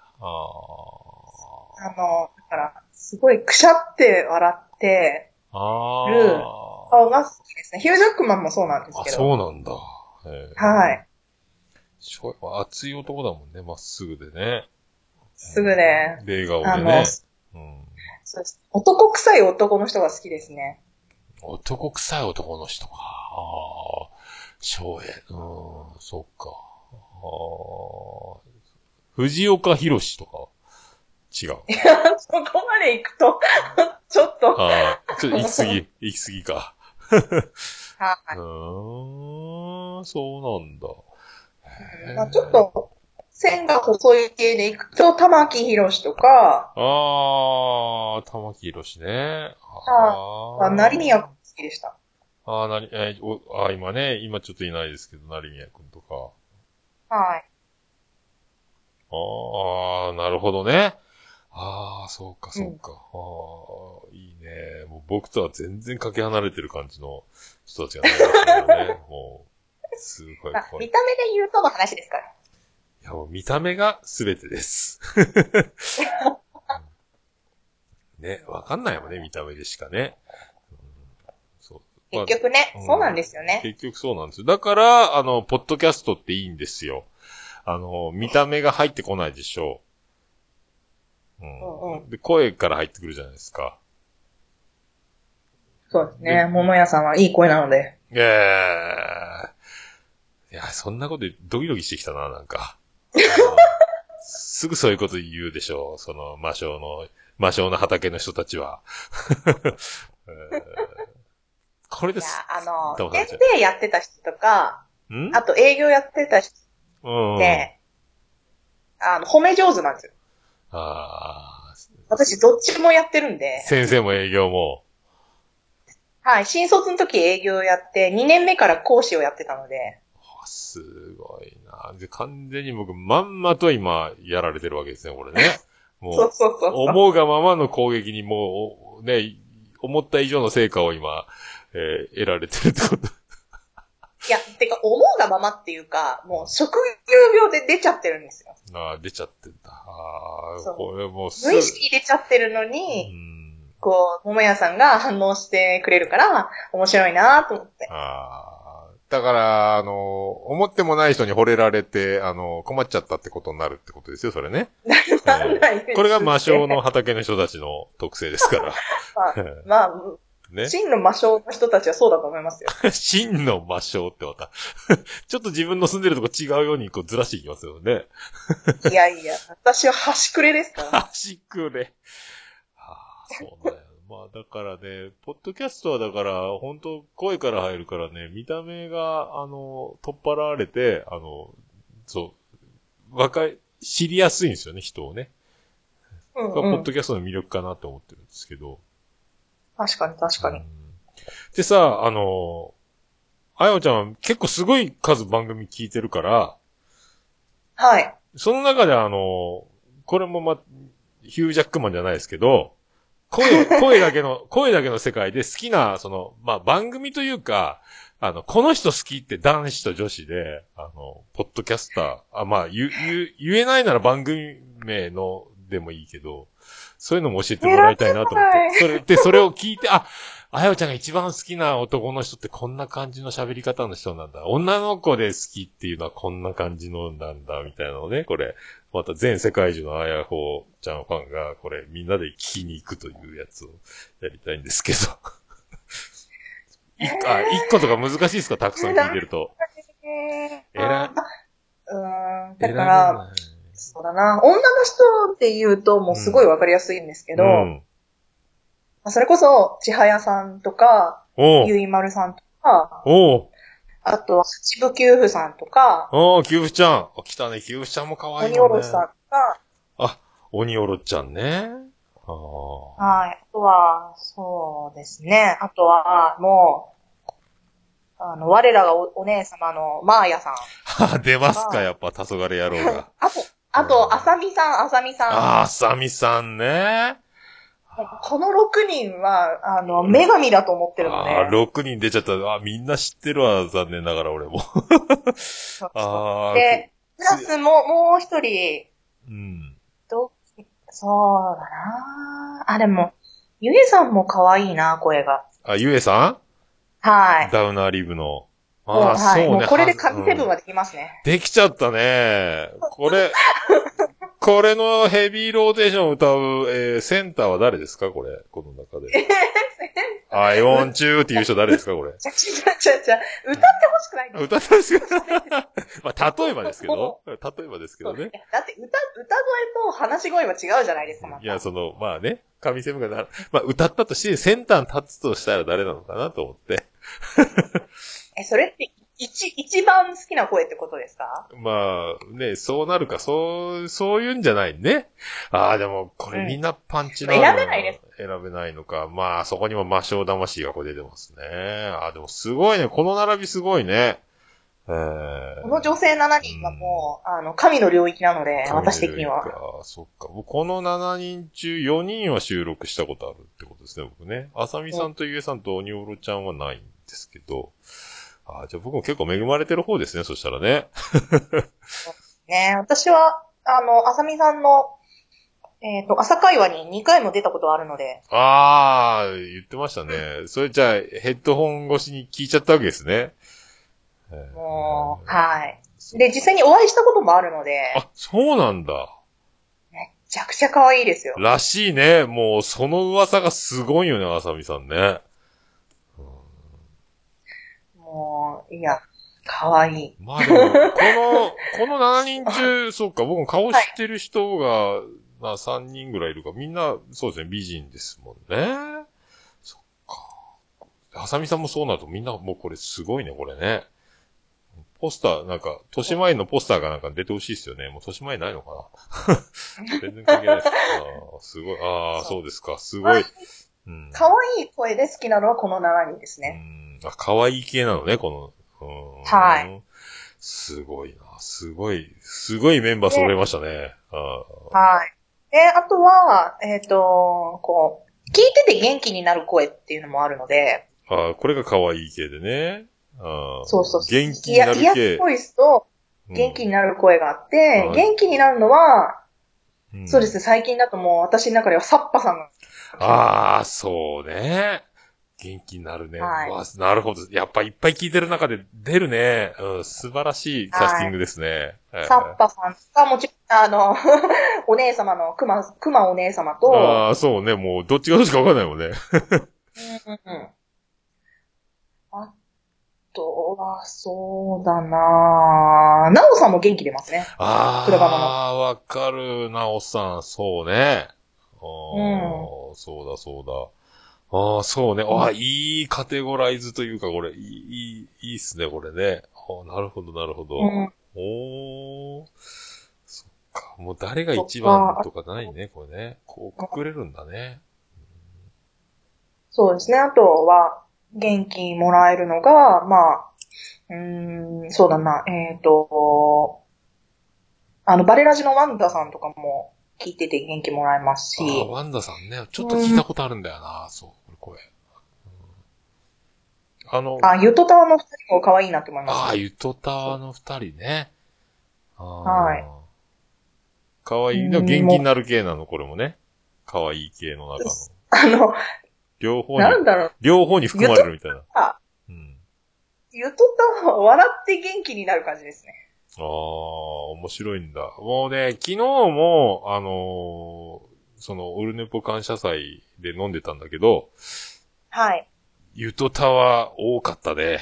S2: から、すごいくしゃって笑ってる顔が好きですね。ヒュージャックマンもそうなんですけど。
S1: そうなんだ。
S2: はい。
S1: 翔英は熱い男だもんね、まっすぐでね。
S2: すぐね。
S1: で、笑顔でね。
S2: そうです。男臭い男の人が好きですね。
S1: 男臭い男の人か。翔英。そっか。藤岡弘とか。違う。
S2: いや、そこまで行くと、ちょっと。
S1: ちょっと行き過ぎか。
S2: はい。
S1: そうなんだ。
S2: まあ、ちょっと、線が細い系で行くと、玉木宏とか。
S1: 玉木宏ね。
S2: 成宮くん好きでした。
S1: 今ちょっといないですけど、成宮くんとか。
S2: はい。
S1: なるほどね。そうか。いいね。もう僕とは全然かけ離れてる感じの人たちがいますよね。もう、すごい。
S2: 見た目で言うとの話ですから。
S1: いや、もう見た目が全てです。ね、わかんないもんね、見た目でしかね。
S2: 結局ね、そうなんですよね。
S1: 結局そうなんですよ。だから、ポッドキャストっていいんですよ。見た目が入ってこないでしょう。で、声から入ってくるじゃないですか。
S2: そうですね。桃屋さんはいい声なので。
S1: いや、そんなことドキドキしてきたな、なんか。すぐそういうこと言うでしょう。その、魔性の畑の人たちは。これです。
S2: 先生やってた人とか、あと営業やってた人って、褒め上手なんですよ。私どっちもやってるんで。
S1: 先生も営業も。
S2: はい、新卒の時営業やって、2年目から講師をやってたので。
S1: すごいな。で、完全に僕、まんまと今、やられてるわけですね、これね。もう、
S2: そう。
S1: 思うがままの攻撃にもう、ね、思った以上の成果を今、得られてるってこと。
S2: いや、てか、思うがままっていうか、もう、職業病で出ちゃってるんですよ。
S1: 出ちゃってんだ。これもう
S2: 無意識出ちゃってるのに、桃屋さんが反応してくれるから、面白いなと思って。
S1: だから、思ってもない人に惚れられて、困っちゃったってことになるってことですよ、それね。これが魔性の畑の人たちの特性ですから。
S2: まあ、ね、真の魔性の人たちはそうだと思いますよ。
S1: 真の魔性ってまた。ちょっと自分の住んでるとこ違うようにこうずらしていきますよね。
S2: いや、私は端くれですから。
S1: 端くれ。そうだよ。まあだからね、ポッドキャストはだから、本当声から入るからね、見た目が、取っ払われて、知りやすいんですよね、人をね。ポッドキャストの魅力かなって思ってるんですけど。
S2: 確かに。
S1: でさ、あやおちゃんは結構すごい数番組聞いてるから、
S2: はい。
S1: その中でこれもヒュージャックマンじゃないですけど、 声だけの世界で好きな、まあ、番組というか、この人好きって男子と女子で、ポッドキャスター、まあ、言えないなら番組名のでもいいけど、そういうのも教えてもらいたいなと思って。それを聞いて、あやちゃんが一番好きな男の人ってこんな感じの喋り方の人なんだ。女の子で好きっていうのはこんな感じのなんだ、みたいなのね、これ。また全世界中のあやほちゃんファンが、これみんなで聞きに行くというやつをやりたいんですけど。一個とか難しいですか、たくさん聞いてると。
S2: だから、そうだな。女の人って言うともうすごいわかりやすいんですけど、それこそ、ちはやさんとか、ゆいまるさんとか、あとは、八部九夫さんとか、
S1: 九夫ちゃん。来たね、九夫ちゃんも可愛いね。
S2: 鬼おろしさんとか、
S1: 鬼おろちゃんね。
S2: はい。あとは、そうですね。あとは、もう、我らがお姉様のマーヤさん。
S1: 出ますか、やっぱ、黄昏野郎が。
S2: あと、あさみさん。
S1: あさみさんね。
S2: この6人は、女神だと思ってるので。
S1: 6人出ちゃった。みんな知ってるわ、残念ながら俺も。
S2: で、プラスもう一人、そうだなでも、ゆえさんも可愛いな、声が。
S1: ゆえさん
S2: はい。
S1: ダウナーリブの。
S2: はい。そうね。もうこれで神セブンはできますね。
S1: できちゃったね。これのヘビーローテーションを歌う、センターは誰ですかこの中で。I want you っていう人誰ですかこれ。
S2: 歌ってほしくないんだ。
S1: 歌ってほしくない。まあ、例えばですけどね。
S2: だって歌声と話し声は違うじゃないですか、また。
S1: いや、まあね、神セブンがまあ、歌ったとしてセンターに立つとしたら誰なのかなと思って。
S2: それって一番好きな声ってことですか？
S1: まあ、ね、そうなるか、そういうんじゃないね。でも、これみんなパンチな、
S2: 選べないです。
S1: 選べないのか。まあ、そこにも魔性魂がこれ出てますね。でもすごいね。この並びすごいね。
S2: この女性7人はもう、神の領域なので、私的には。
S1: そっか。この7人中4人は収録したことあるってことですね、僕ね。あさみさんとゆえさんとおにおろちゃんはないんですけど。じゃあ僕も結構恵まれてる方ですね、そしたらね。
S2: ね、私は、あさみさんの、朝会話に2回も出たことあるので。
S1: 言ってましたね。それじゃあ、ヘッドホン越しに聞いちゃったわけですね。
S2: はい。で、実際にお会いしたこともあるので。
S1: そうなんだ。
S2: めっちゃくちゃ可愛いですよ。
S1: らしいね。もう、その噂がすごいよね、あさみさんね。
S2: もう、いや、可愛い。
S1: まあでも、この7人中、そうか、僕も顔知ってる人が、3人ぐらいいるか、みんな、そうですね、美人ですもんね。そっか。あさみさんもそうなるとみんなもうこれすごいね、これね。ポスター、なんか、年前のポスターがなんか出てほしいですよね。もう年前ないのかな全然関係ないです。すごい。そうですか。すごい。
S2: 可愛い声で好きなのはこの7人ですね。
S1: 可愛い系なのね、この。
S2: はい。
S1: すごいな。すごいメンバー揃えましたね。
S2: はい。で、あとは、こう、聞いてて元気になる声っていうのもあるので。
S1: これが可愛い系でね。
S2: そう。
S1: 元気になる系。
S2: イヤボイスと元気になる声があって、元気になるのは、そうですね、最近だともう私の中ではサッパさんが。
S1: そうね。元気になるね。
S2: はい、
S1: なるほど。やっぱいっぱい聞いてる中で出るね。素晴らしいキャスティングですね。
S2: サッパさんがもちろん、お姉様のクマお姉様と。
S1: そうね。もうどっちがどっちかわかんないもんね。
S2: あとは、そうだなぁ。ナオさんも元気出ますね。
S1: わかる、ナオさん。そうね。そうだ。そうね。いいカテゴライズというか、これ、いいっすね、これね。なるほど。そっか。もう誰が一番とかないね、これね。こうくくれるんだね。
S2: そうですね。あとは、元気もらえるのが、まあ、そうだな、バレラジのワンダさんとかも聞いてて元気もらえますし。
S1: ワンダさんね、ちょっと聞いたことあるんだよな、そう、声。
S2: ゆとたわの二人も可愛いなって思います。
S1: ゆとたわの二人ね。
S2: はい。
S1: 可愛い。でも元気になる系なの、これもね。可愛い系の中の。両方に、
S2: なんだろう。
S1: 両方に含まれるみたいな。
S2: ゆとたわは笑って元気になる感じですね。
S1: 面白いんだ。もうね、昨日も、オルネポ感謝祭で飲んでたんだけど、
S2: はい。
S1: ゆとたわ多かったね。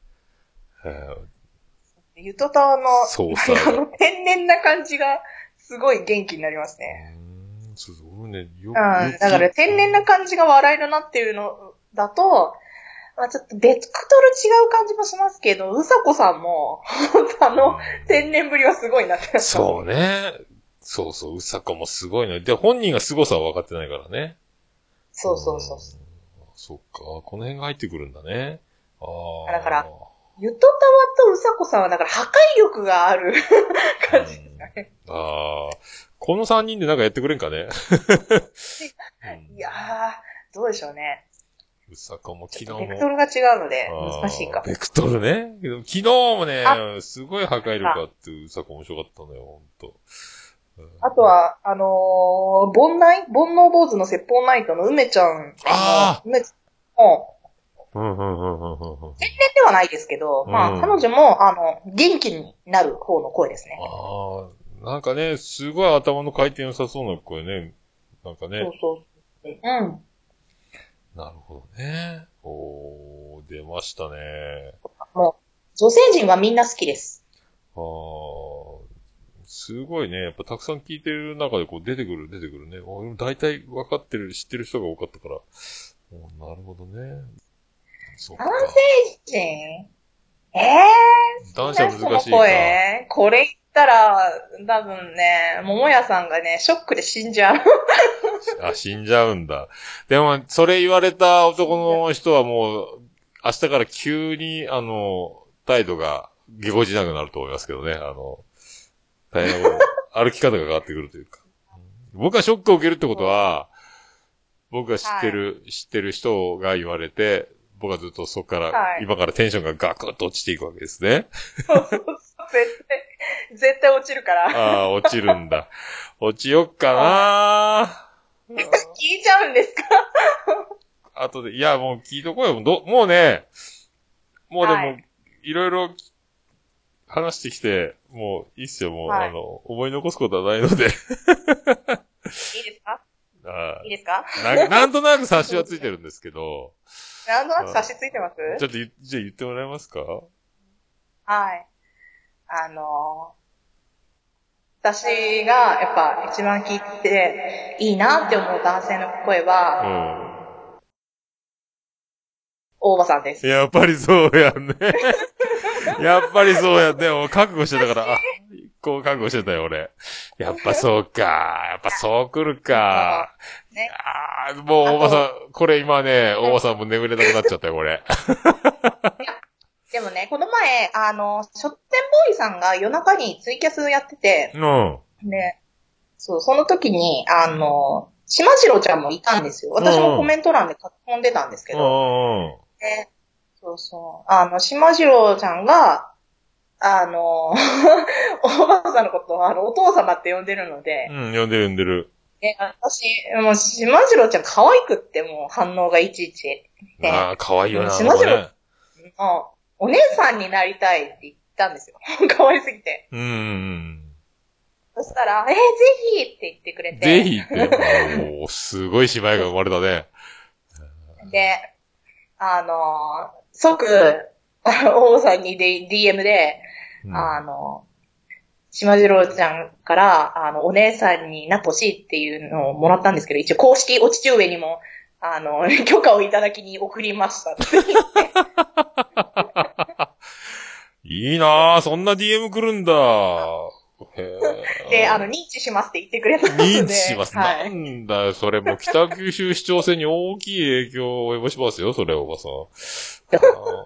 S2: ゆとたわの、
S1: そうさ。
S2: 天然な感じが、すごい元気になりますね。
S1: そうね。
S2: だから天然な感じが笑えるなっていうのだと、ちょっとベクトル違う感じもしますけど、うさこさんも、天然ぶりはすごいなって。
S1: そうね。そうそう、うさこもすごいの。で、本人が凄さは分かってないからね。
S2: そう。
S1: そっか、この辺が入ってくるんだね。
S2: だから、ゆとたわとうさこさんは、だから破壊力がある感じですかね。
S1: この3人でなんかやってくれんかね。
S2: いやー、どうでしょうね。
S1: うさこも昨日も。
S2: ベクトルが違うので、難しいか。
S1: ベクトルね。昨日もね、すごい破壊力あって、うさこ面白かったのよ、ほんと。
S2: あとは、煩悩坊主の説法ナイトの梅ちゃん。梅ちゃんも、天然ではないですけど、彼女も、元気になる方の声ですね。
S1: なんかね、すごい頭の回転良さそうな声ね。なんかね。
S2: そう。
S1: なるほどね。出ましたね。
S2: もう、女性陣はみんな好きです。
S1: すごいね。やっぱたくさん聞いてる中でこう出てくるね。大体分かってる、知ってる人が多かったから。なるほどね。
S2: 男性陣
S1: 男子は難しいか。
S2: これ言ったら、多分ね、桃屋さんがね、ショックで死んじゃう。
S1: 死んじゃうんだ。でも、それ言われた男の人はもう、明日から急に、態度がぎこちなくなると思いますけどね。大変歩き方が変わってくるというか。僕はショックを受けるってことは、僕が知ってる人が言われて、僕はずっとそこから、今からテンションがガクッと落ちていくわけですね。
S2: そう絶対落ちるから。
S1: 落ちるんだ。落ちよっかな
S2: 聞いちゃうんですか
S1: 後で、いや、もう聞いとこうよ。もうね、もうでも、いろいろ話してきて、もういいっすよ。もう、思い残すことはないので。いい
S2: ですかいいですか
S1: なんとなく察しはついてるんですけど。
S2: なんとなく察しついてます？
S1: ちょっとじゃあ言ってもらえますか？
S2: はい。私がやっぱ一番聞いていいなって思う男性の声は、大場さんです。
S1: やっぱりそうやんね。やっぱりそうやんね。もう覚悟してたから、こう覚悟してたよ、俺。やっぱそうか。やっぱそう来るか。ね、もう大場さん、これ今ね、大場さんも眠れなくなっちゃったよ、これ。
S2: でもね、この前、書店ボーイさんが夜中にツイキャスやってて、ね、そう、その時に、島次郎ちゃんもいたんですよ。私もコメント欄で書き込んでたんですけど、で島次郎ちゃんが、おばあさんのことをお父様って呼んでるので、
S1: 呼んでる。
S2: 私、もう島次郎ちゃん可愛くってもう反応がいちいち。
S1: 可愛いよな。
S2: 島次郎、お姉さんになりたいって言ったんですよ。可愛すぎて。そしたら、ぜひって言ってくれて。
S1: ぜひって。すごい芝居が生まれたね。
S2: で、即、王さんにDM で、島次郎ちゃんから、お姉さんになってほしいっていうのをもらったんですけど、一応公式お父上にも、許可をいただきに送りましたって言って。
S1: いいなぁ、そんな DM 来るんだ。
S2: で、認知しますって言ってくれたので。
S1: 認知します。なんだよ、それも北九州市長選に大きい影響を及ぼしますよ、それ、おばさん。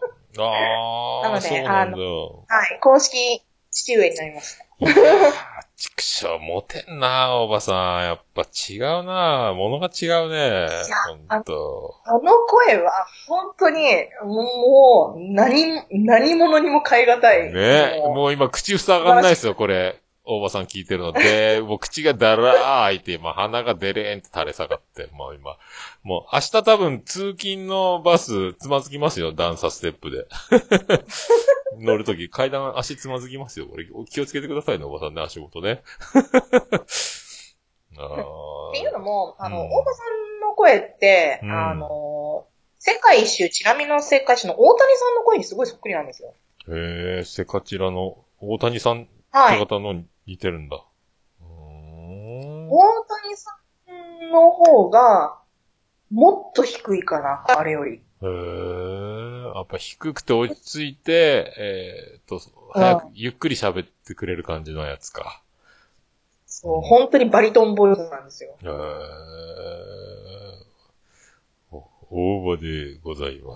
S1: なので、
S2: 公式父上になりました。
S1: 畜生、モテんな、おばさん。やっぱ違うな、物が違うね。ほんと。
S2: あの声は、本当に、もう、何者にも代え難い。
S1: ねもう今口塞がんないですよ、これ。大場さん聞いてるので、もう口がだらー開いて、まあ鼻がデレーンって垂れ下がって、もう今、もう明日多分通勤のバスつまずきますよ、段差ステップで。乗るとき階段足つまずきますよ、これ。気をつけてくださいね、大場さんね、足元ね。
S2: っていうのも、大場さんの声って、世界一周、チラ見の世界一周の大谷さんの声にすごいそっくりなんですよ。
S1: へえ、セカチラの大谷さんって方の似てるんだ。
S2: 大谷さんの方が、もっと低いかな、あれより。
S1: へえ、やっぱ低くて落ち着いて、早く、ゆっくり喋ってくれる感じのやつか。
S2: そう、本当にバリトンボイスなんですよ。
S1: 大場でございます。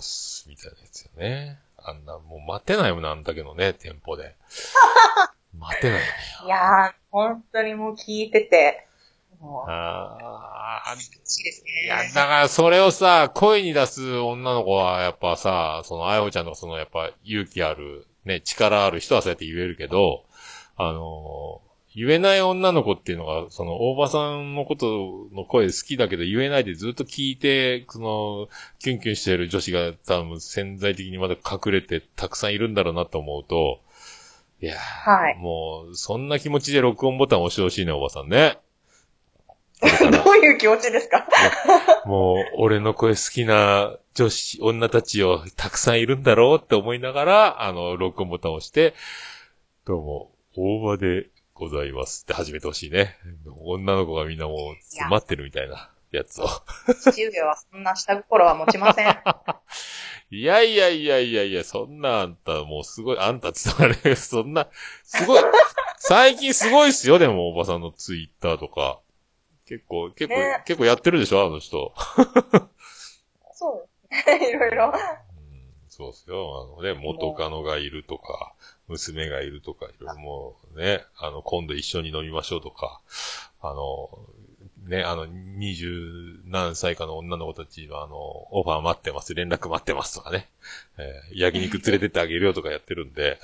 S1: みたいなやつよね。あんな、もう待てないもんなんだけどね、テンポで。待てないね。
S2: いやー、本当にもう聞いてて。
S1: 好き
S2: ですね。
S1: いや、だからそれをさ、声に出す女の子はやっぱさ、その、あやほちゃんのそのやっぱ勇気ある、ね、力ある人はそうやって言えるけど、言えない女の子っていうのが、その、大場さんのことの声好きだけど言えないでずっと聞いて、その、キュンキュンしてる女子が多分潜在的にまだ隠れてたくさんいるんだろうなと思うと、いやー、はい、もう、そんな気持ちで録音ボタン押してほしいね、おばさんね。
S2: どういう気持ちですか？
S1: もう、俺の声好きな女たちをたくさんいるんだろうって思いながら、録音ボタンを押して、どうも、大場でございますって始めてほしいね。女の子がみんなもう、待ってるみたいなやつを。
S2: 父上はそんな下心は持ちません。
S1: いや、そんなあんた、もうすごい、あんたって言ったらね、そんな、すごい、最近すごいっすよ、でも、おばさんのツイッターとか。結構やってるでしょ、あの人。
S2: そう。いろいろ。
S1: そうっすよ。元カノがいるとか、娘がいるとか、いろいろもうね、今度一緒に飲みましょうとか、20何歳かの女の子たちは、オファー待ってます、連絡待ってますとかね、焼肉連れてってあげるよとかやってるんで。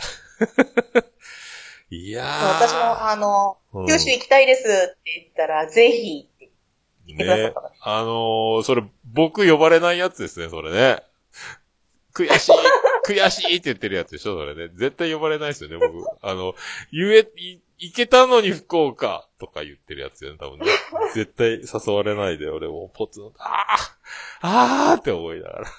S1: いやー。
S2: 私も、九州行きたいですって言ったら、ぜひって言ってくださった。
S1: ね、それ、僕呼ばれないやつですね、それね。悔しいって言ってるやつでしょ、それね。絶対呼ばれないですよね、僕。行けたのに福岡とか言ってるやつよね、多分ね。絶対誘われないで、俺もポツン、あーって思いながら。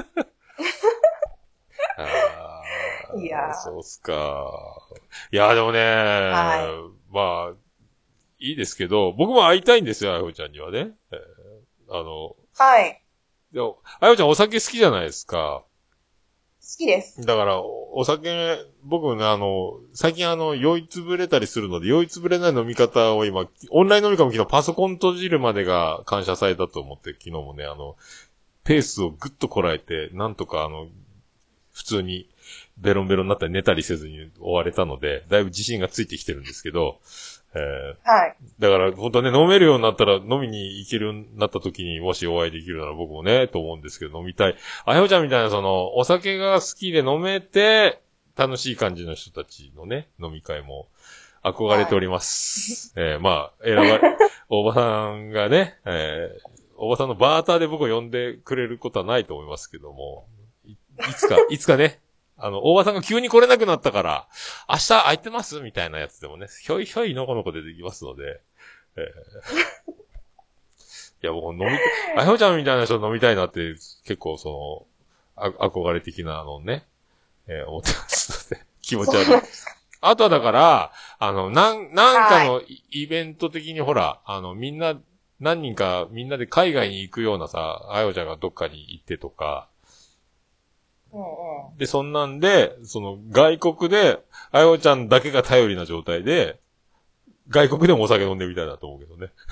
S1: いやそうっすか。いや、でもね、はい、まあ、いいですけど、僕も会いたいんですよ、あやほちゃんにはね。
S2: はい。
S1: でも、あやほちゃんお酒好きじゃないですか。
S2: 好きです。
S1: だから、お酒、僕ね、最近酔いつぶれたりするので、酔いつぶれない飲み方を今、オンライン飲み会も昨日パソコン閉じるまでが感謝祭だと思って、昨日もね、ペースをぐっとこらえて、なんとか普通にベロンベロンになったり寝たりせずに終われたので、だいぶ自信がついてきてるんですけど、はい。だから、本当はね、飲めるようになったら、飲みに行けるようになった時にもしお会いできるなら僕もね、と思うんですけど、飲みたい。あやほちゃんみたいな、お酒が好きで飲めて、楽しい感じの人たちのね、飲み会も憧れております。はい、まあ、おばさんがね、おばさんのバーターで僕を呼んでくれることはないと思いますけども、いつかね、大場さんが急に来れなくなったから、明日空いてますみたいなやつでもね、ひょいひょいのこのこでできますので、いや、僕あやほちゃんみたいな人飲みたいなって、結構憧れ的なね、思ってますので、気持ち悪い。あとはだから、なんかのイベント的にほら、みんな、何人かみんなで海外に行くようなさ、あやほちゃんがどっかに行ってとか、で、そんなんで、外国で、あやほちゃんだけが頼りな状態で、外国でもお酒飲んでみたいなと思うけどね。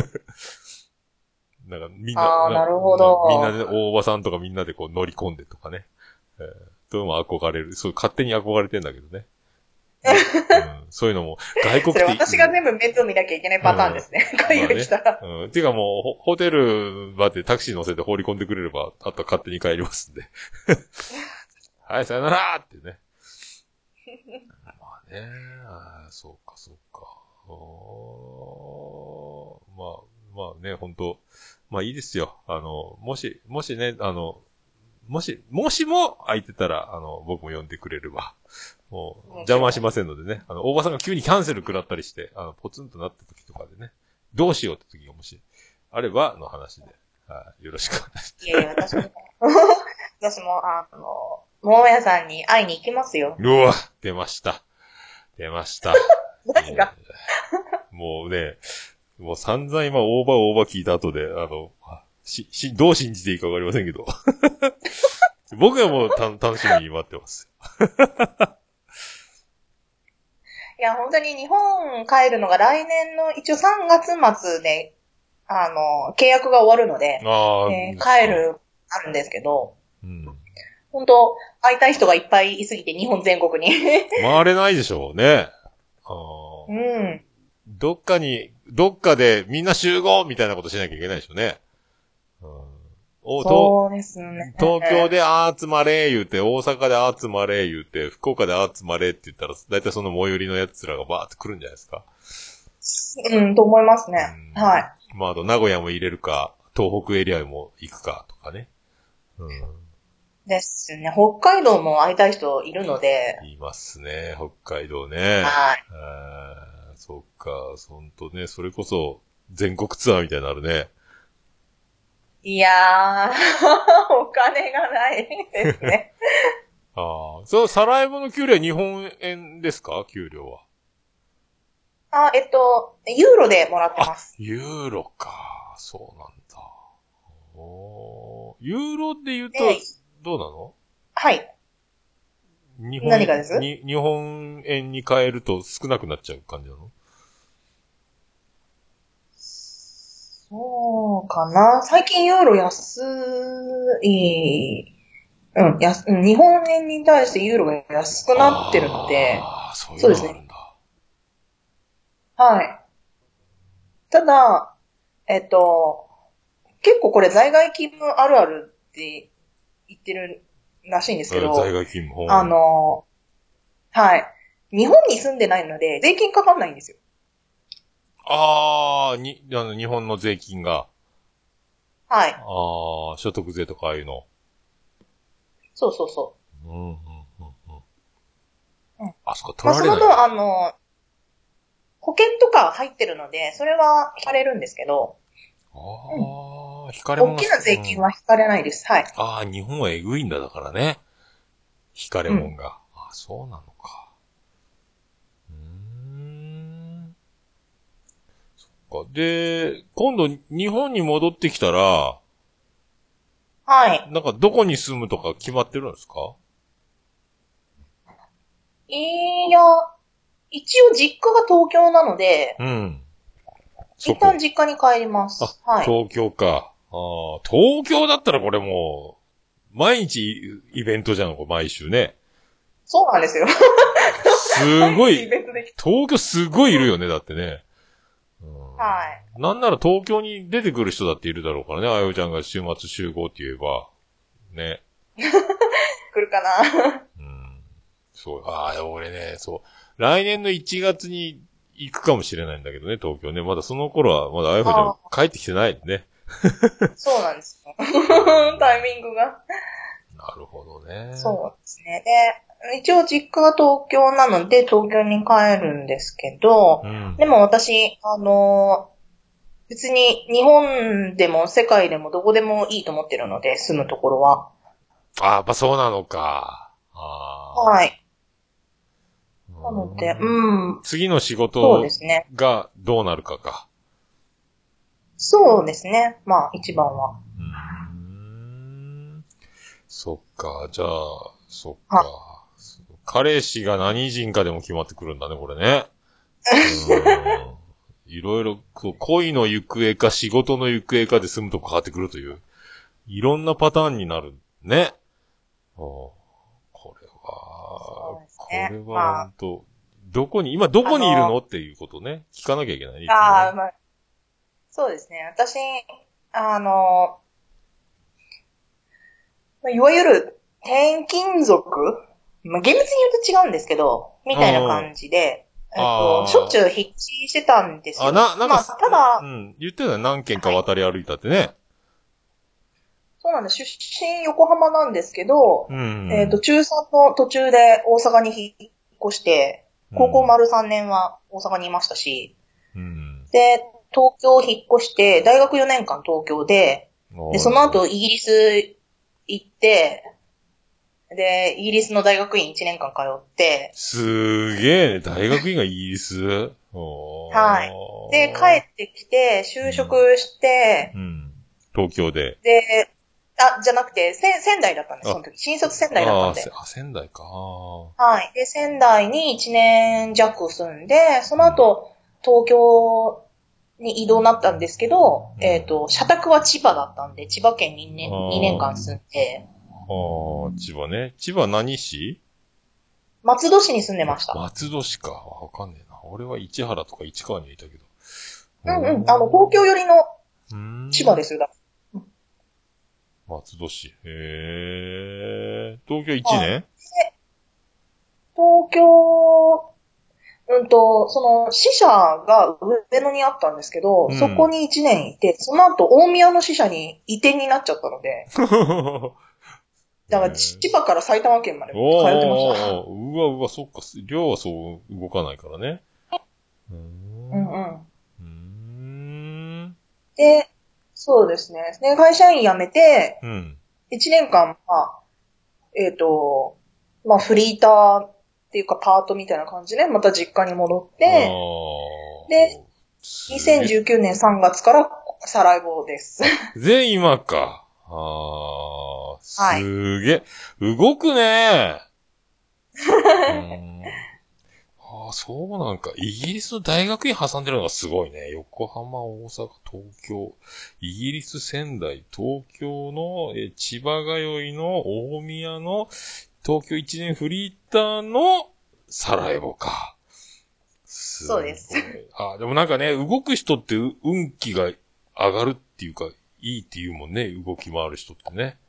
S1: なんかみんな、
S2: なるほど。
S1: みんなで、大場さんとかみんなでこう乗り込んでとかね。どうも憧れる。そう、勝手に憧れてんだけどね。 そういうのも、外国
S2: それ私が全部面倒見なきゃいけないパターンですね。海外来たら。
S1: ていうかもう、ホテルまでタクシー乗せて放り込んでくれれば、あとは勝手に帰りますんで。はい、さよならってね。まあね、そうか、そうか。まあね、本当まあいいですよ。もしね、もしも空いてたら、僕も呼んでくれれば、もう、邪魔はしませんのでね。大場さんが急にキャンセル食らったりして、ポツンとなった時とかでね、どうしようって時がもし、あればの話で、よろしくお願いします。
S2: いやいや、私も、桃屋さんに会いに行きますよ。
S1: うわ、出ました。
S2: 何が
S1: もうね、もう散々今大場聞いた後で、どう信じていいかわかりませんけど。僕はもう楽しみに待ってます。
S2: いや、本当に日本帰るのが来年の一応3月末で、契約が終わるので、帰る、あるんですけど、本当会いたい人がいっぱいいすぎて日本全国に。
S1: 回れないでしょうね。どっかでみんな集合みたいなことしなきゃいけないでしょうね。
S2: そうですね。
S1: 東京で集まれ言うて、大阪で集まれ言うて、福岡で集まれって言ったら、だいたいその最寄りのやつらがバーって来るんじゃないですか。
S2: と思いますね。はい。
S1: まあ、名古屋も入れるか、東北エリアも行くかとかね。
S2: ですね。北海道も会いたい人いるので。
S1: いますね、北海道ね。
S2: はい。
S1: そっか、ほんとね、それこそ全国ツアーみたいになるね。
S2: いやー、お金がないですね。
S1: サラエボの給料は日本円ですか？給料は。
S2: ユーロでもらってます。
S1: ユーロか。そうなんだ。ユーロで言うと、どうなの？
S2: はい。何がです？
S1: 日本円に変えると少なくなっちゃう感じなの？
S2: そうかな。最近ユーロ安い、日本円に対してユーロが安くなってるので、
S1: そうですね。
S2: はい。ただ、結構これ在外勤務あるあるって言ってるらしいんですけど、
S1: 在外勤務。
S2: はい。日本に住んでないので、税金かかんないんですよ。
S1: 日本の税金が。
S2: はい。
S1: 所得税とかああいうの。
S2: そうそうそう。
S1: そっか、取られない。
S2: その分、保険とか入ってるので、それは引かれるんですけど。
S1: 引かれもん。
S2: 大きな税金は引かれないです。はい。
S1: 日本はえぐいんだからね。引かれもんが。そうなのか。そっか。で、今度日本に戻ってきたら、
S2: はい。
S1: なんかどこに住むとか決まってるんですか？
S2: いや、一応実家が東京なので、一旦実家に帰ります。はい。
S1: 東京か。東京だったらこれもう、毎日イベントじゃん、毎週ね。
S2: そうなんですよ。
S1: すごい、東京すごいいるよね、だってね。
S2: はい。
S1: なんなら東京に出てくる人だっているだろうからね、あよちゃんが週末集合って言えば。ね。
S2: 来るかな。
S1: そう、俺ね、来年の1月に行くかもしれないんだけどね、東京ね。まだその頃は、まだあやほちゃん帰ってきてないね。
S2: そうなんですよ。タイミングが。
S1: なるほどね。
S2: そうですね。で、一応実家が東京なので、東京に帰るんですけど、でも私、別に日本でも世界でもどこでもいいと思ってるので、住むところは。
S1: やっぱそうなのか。
S2: はい。なので、
S1: 次の仕事がどうなるかか。
S2: そうですね。まあ、一番は。
S1: そっか、じゃあ、そっか。彼氏が何人かでも決まってくるんだね、これね。いろいろ、恋の行方か仕事の行方かで住むとこ変わってくるという、いろんなパターンになるね。これは、本当今どこにいるのっていうことね。聞かなきゃいけない。
S2: ああ、まあ、そうですね。私、いわゆる転勤族、まあ、厳密に言うと違うんですけど、みたいな感じで、しょっちゅう引っ越ししてたんですよ。
S1: なんか、
S2: まあ、ただ、
S1: 言ってたよ。何軒か渡り歩いたってね。
S2: そうなんです。出身横浜なんですけど、中3の途中で大阪に引っ越して、高校丸3年は大阪にいましたし、で、東京引っ越して、大学4年間東京で、その後イギリス行って、で、イギリスの大学院1年間通って、
S1: すげえ、大学院がイギリス
S2: はい。で、帰ってきて、就職して、
S1: 東京で。
S2: で、じゃなくて、仙台だったんです、その時。新卒仙台だったんで。
S1: 仙台か。
S2: はい。で、仙台に1年弱住んで、その後、東京に移動になったんですけど、社宅は千葉だったんで、千葉県に2年間住んで。
S1: 千葉ね。千葉何市？
S2: 松戸市に住んでました。
S1: 松戸市か。わかんねえな。俺は市原とか市川にはいたけど。
S2: 東京寄りの千葉ですよ。
S1: 松戸市。東京1年？
S2: 東京、その支社が上野にあったんですけど、そこに1年いて、その後大宮の支社に移転になっちゃったので、だから千葉から埼玉県まで通ってました。
S1: うわ、そっか。量はそう動かないからね。
S2: で、そうですね。で、会社員辞めて、1年間、フリーターっていうかパートみたいな感じで、また実家に戻って、で、2019年3月からサライボです。
S1: 今か。すげえ。動くねそうなんか。イギリスの大学院挟んでるのがすごいね。横浜、大阪、東京、イギリス、仙台、東京の、千葉通いの大宮の、東京1年フリーターのサラエボか。
S2: そうです。
S1: でもなんかね、動く人って運気が上がるっていうか、いいって言うもんね。動き回る人ってね。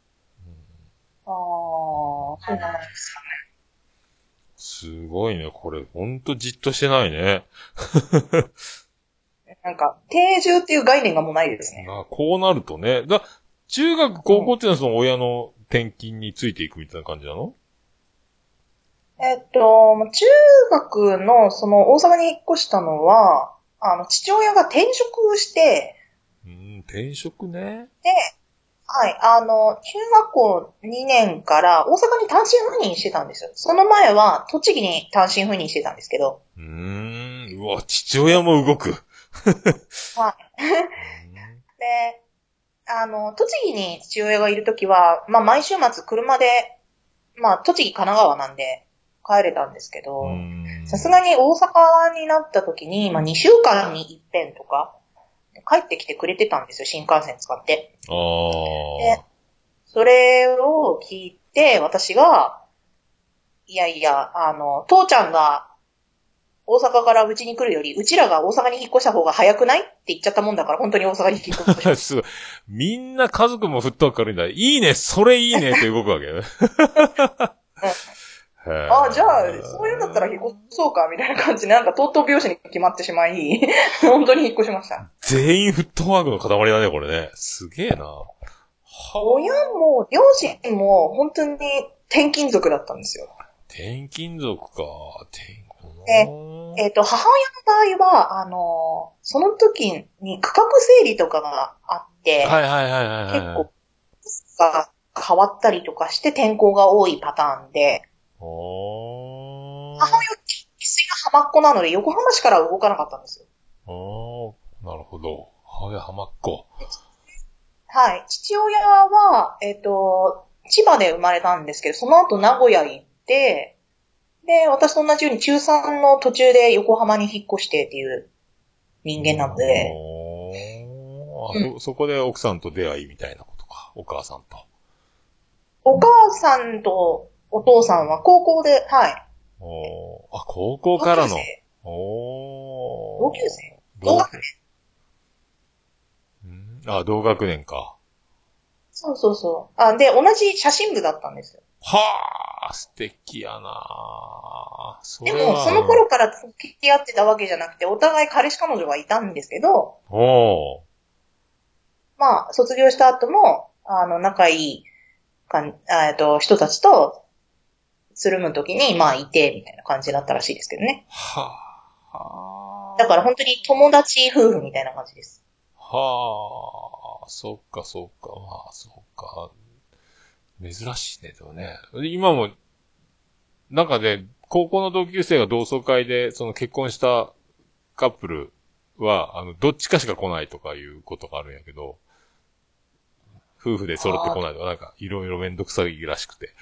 S2: そうなんですかね。
S1: すごいね。これ、ほんとじっとしてないね。
S2: なんか、定住っていう概念がもうないですね。
S1: こうなるとね。中学、高校っていうのはその親の転勤についていくみたいな感じなの？
S2: 中学の、その、大阪に引っ越したのは、父親が転職して、
S1: 転職ね。
S2: で、はい、中学校2年から大阪に単身赴任してたんですよ。その前は栃木に単身赴任してたんですけど。
S1: うわ、父親も動く。
S2: はい。で、栃木に父親がいるときは、まあ、毎週末車で、まあ、栃木、神奈川なんで帰れたんですけど、さすがに大阪になったときに、まあ、2週間に一遍とか、帰ってきてくれてたんですよ、新幹線使って。で、それを聞いて、私が、いやいや、父ちゃんが大阪からうちに来るより、うちらが大阪に引っ越した方が早くないって言っちゃったもんだから、本当に大阪に引っ越しました。
S1: すごい。みんな家族もフットワーク軽いんだ。いいね、それいいねって動くわけね。
S2: じゃあ、そういうんだったら引っ越そうか、みたいな感じで、なんか、とうとう拍子に決まってしまい、本当に引っ越しました。
S1: 全員フットワークの塊だね、これね。すげえな。
S2: 親も、両親も、本当に転勤族だったんですよ。
S1: 転勤族か。
S2: 母親の場合は、その時に区画整理とかがあって、結構、が変わったりとかして転校が多いパターンで、母親、生粋が浜っ子なので、横浜市からは動かなかったんです
S1: よ。なるほど。母親浜っ子。
S2: はい。父親は、千葉で生まれたんですけど、その後名古屋行って、で、私と同じように中3の途中で横浜に引っ越してっていう人間なので。
S1: そこで奥さんと出会いみたいなことか。お母さんと。
S2: お母さんとお父さんは高校で、はい。
S1: 高校からの。
S2: 同級生
S1: 同学年。同学年か。
S2: そうそうそう。で、同じ写真部だったんですよ。
S1: はあ、素敵やなそれは。
S2: でも、その頃から付き合ってたわけじゃなくて、お互い彼氏彼女はいたんですけど、まあ、卒業した後も、仲いい人たちと、つるむときに、まあ、いて、みたいな感じだったらしいですけどね。
S1: はあ。
S2: だから本当に友達夫婦みたいな感じです。
S1: はあ、そっかそっか、まあ、そっか。珍しいね、でもね。今も、なんかね、高校の同級生が同窓会で、その結婚したカップルは、どっちかしか来ないとかいうことがあるんやけど、夫婦で揃って来ないとか、なんか、いろいろめんどくさいらしくて。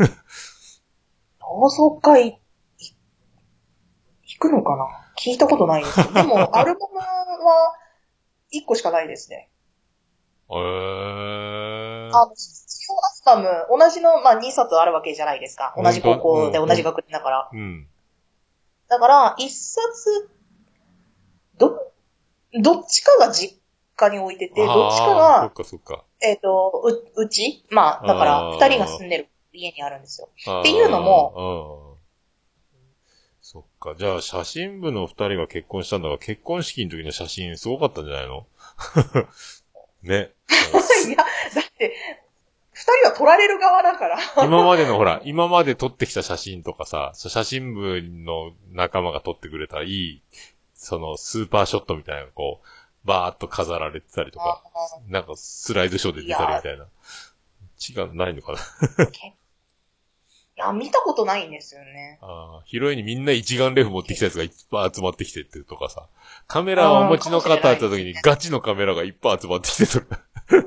S2: 同窓会、行くのかな聞いたことないですけど。でも、アルバムは1個しかないですね。
S1: 卒業
S2: アルバム、同じの、まあ、2冊あるわけじゃないですか。同じ高校で同じ学年だから。
S1: うん。
S2: だから、1冊、どっちかが実家に置いてて、どっちかが、
S1: そっかそっか。
S2: うちまあ、だから、2人が住んでる家にあるんですよ。っていうのも、
S1: そっか。じゃあ、写真部の2人が結婚したんだから、結婚式の時の写真すごかったんじゃないのね。
S2: いや、だって、2人は撮られる側だから。
S1: 今まで撮ってきた写真とかさ、写真部の仲間が撮ってくれたいい、そのスーパーショットみたいなのがこう、バーっと飾られてたりとか、なんかスライドショーで出たりみたいな。違う、ないのかな。
S2: いや、見たことないんですよね。
S1: 披露宴にみんな一眼レフ持ってきたやつがいっぱい集まってきてってとかさ、カメラをお持ちの方だった時にガチのカメラがいっぱい集まってきてとか。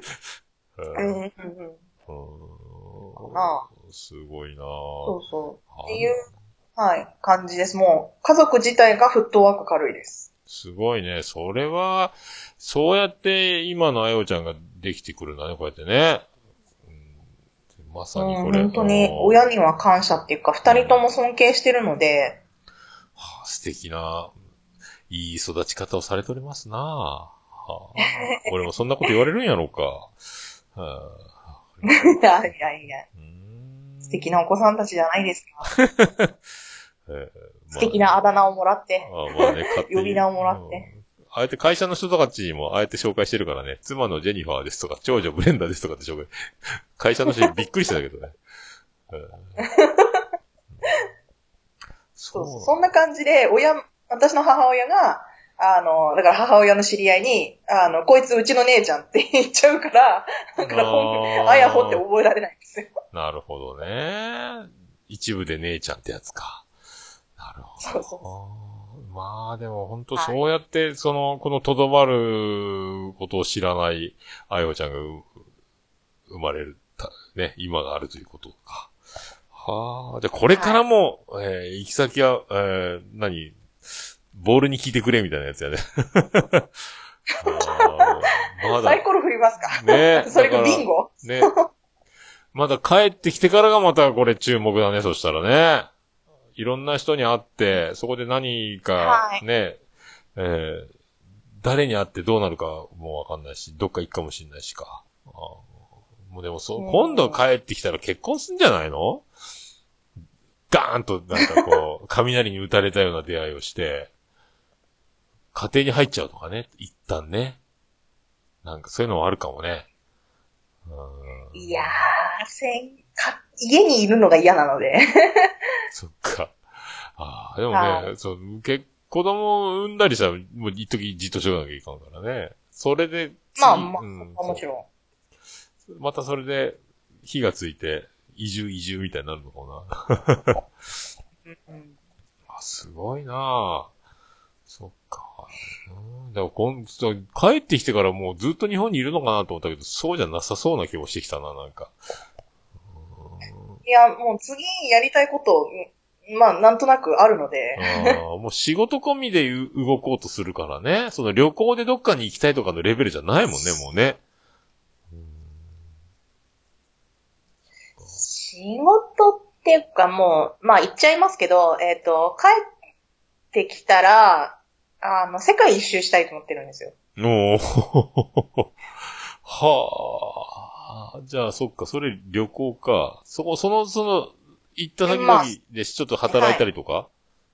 S1: すごいな
S2: そうそう。っていう、はい、感じです。もう、家族自体がフットワーク軽いです。
S1: すごいね。それは、そうやって今のあよちゃんができてくるんだね、こうやってね。まさにこれ。
S2: 本当に、親には感謝っていうか、二人とも尊敬してるので。
S1: 素敵な、いい育ち方をされておりますな。俺もそんなこと言われるんやろうか。
S2: いやいやいや。素敵なお子さんたちじゃないですか。素敵なあだ名をもらって。呼び名をもらって。
S1: あえて会社の人たちにもあえて紹介してるからね。妻のジェニファーですとか、長女ブレンダーですとかって紹介。会社の人にびっくりしたけどね。
S2: そんな感じで、私の母親が、だから母親の知り合いに、こいつうちの姉ちゃんって言っちゃうから、だからあやほって覚えられないんですよ。
S1: なるほどね。一部で姉ちゃんってやつか。なるほど。そうまあでも本当そうやって、このとどまることを知らないあよちゃんが生まれる、ね、今があるということか。はあ。じゃあこれからも、行き先は、ボールに聞いてくれみたいなやつやね。
S2: まだサイコロ振りますか
S1: ね。
S2: それがビンゴ
S1: ね。まだ帰ってきてからがまたこれ注目だね、そしたらね。いろんな人に会って、そこで何かね、誰に会ってどうなるかもわかんないし、どっか行くかもしれないしか。もうでも今度帰ってきたら結婚すんじゃないの？ガーンとなんかこう、雷に打たれたような出会いをして、家庭に入っちゃうとかね、一旦ね。なんかそういうのはあるかもね。
S2: いや家にいるのが嫌なので。
S1: そっか。でもね、子供を産んだりしたら、もう一時じっとしとかなきゃいかんからね。それで
S2: もちろ
S1: ん。またそれで、火がついて、移住みたいになるのかな。すごいなぁ。そっか。でも帰ってきてからもうずっと日本にいるのかなと思ったけど、そうじゃなさそうな気もしてきたな、なんか。
S2: いや、もう次やりたいこと、まあ、なんとなくあるので。
S1: もう仕事込みで動こうとするからね。その旅行でどっかに行きたいとかのレベルじゃないもんね、もうね。
S2: 仕事っていうかもう、まあ言っちゃいますけど、帰ってきたら、世界一周したいと思ってるんですよ。
S1: おー。はあ。じゃあ、そっか、それ旅行か。行った先々でちょっと働いたりとか、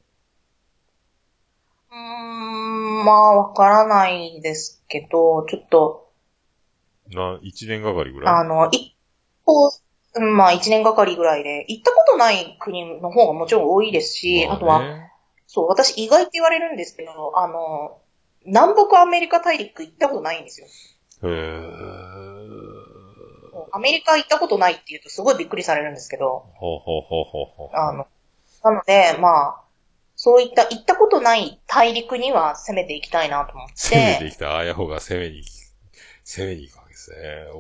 S2: まあ、わからないですけど、ちょっと、
S1: 一年がかりぐらい
S2: まあ、一年がかりぐらいで、行ったことない国の方がもちろん多いですし、
S1: まあね、
S2: あとは、そう、私意外って言われるんですけど、南北アメリカ大陸行ったことないんですよ。
S1: へー。
S2: アメリカ行ったことないって言うとすごいびっくりされるんですけど、
S1: ほうほうほうほうほう。
S2: なので、まあ、そういった行ったことない大陸には攻めていきたいなと思って。
S1: 攻めていきた。あやほが攻めに行くわけですね。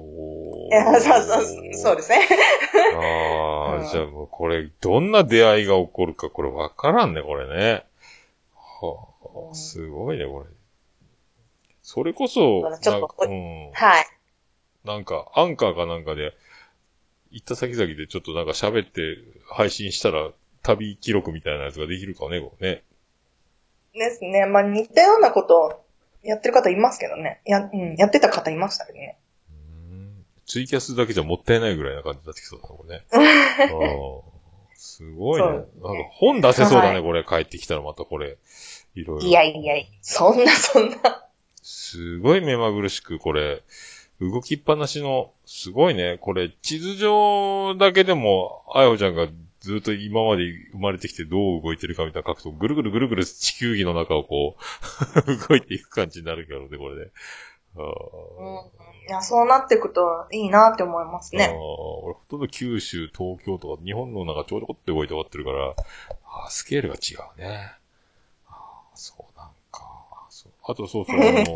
S2: そうですね。
S1: じゃあもうこれ、どんな出会いが起こるか、これわからんね、これね。すごいね、これ。それこそ、
S2: ちょっと、はい。
S1: なんか、アンカーかなんかで、行った先々でちょっとなんか喋って配信したら、旅記録みたいなやつができるかね、これね。
S2: ですね。まあ似たようなことやってる方いますけどね。やってた方いましたけどね。
S1: ツイキャスだけじゃもったいないぐらいな感じになってきそうだな、これね。すごいね。なんか本出せそうだね、これ。帰ってきたらまたこれ。いろいろ。
S2: いや、そんな。
S1: すごい目まぐるしく、これ。動きっぱなしの、すごいね。これ、地図上だけでも、あやほちゃんがずっと今まで生まれてきてどう動いてるかみたいな書くと、ぐるぐる地球儀の中をこう、動いていく感じになるけどね、これね。
S2: いや、そうなっていくといいなって思いますね。
S1: 俺、ほとんど九州、東京とか、日本の中ちょうどこって動いて終わってるから、スケールが違うね。そうなんか。あとそう、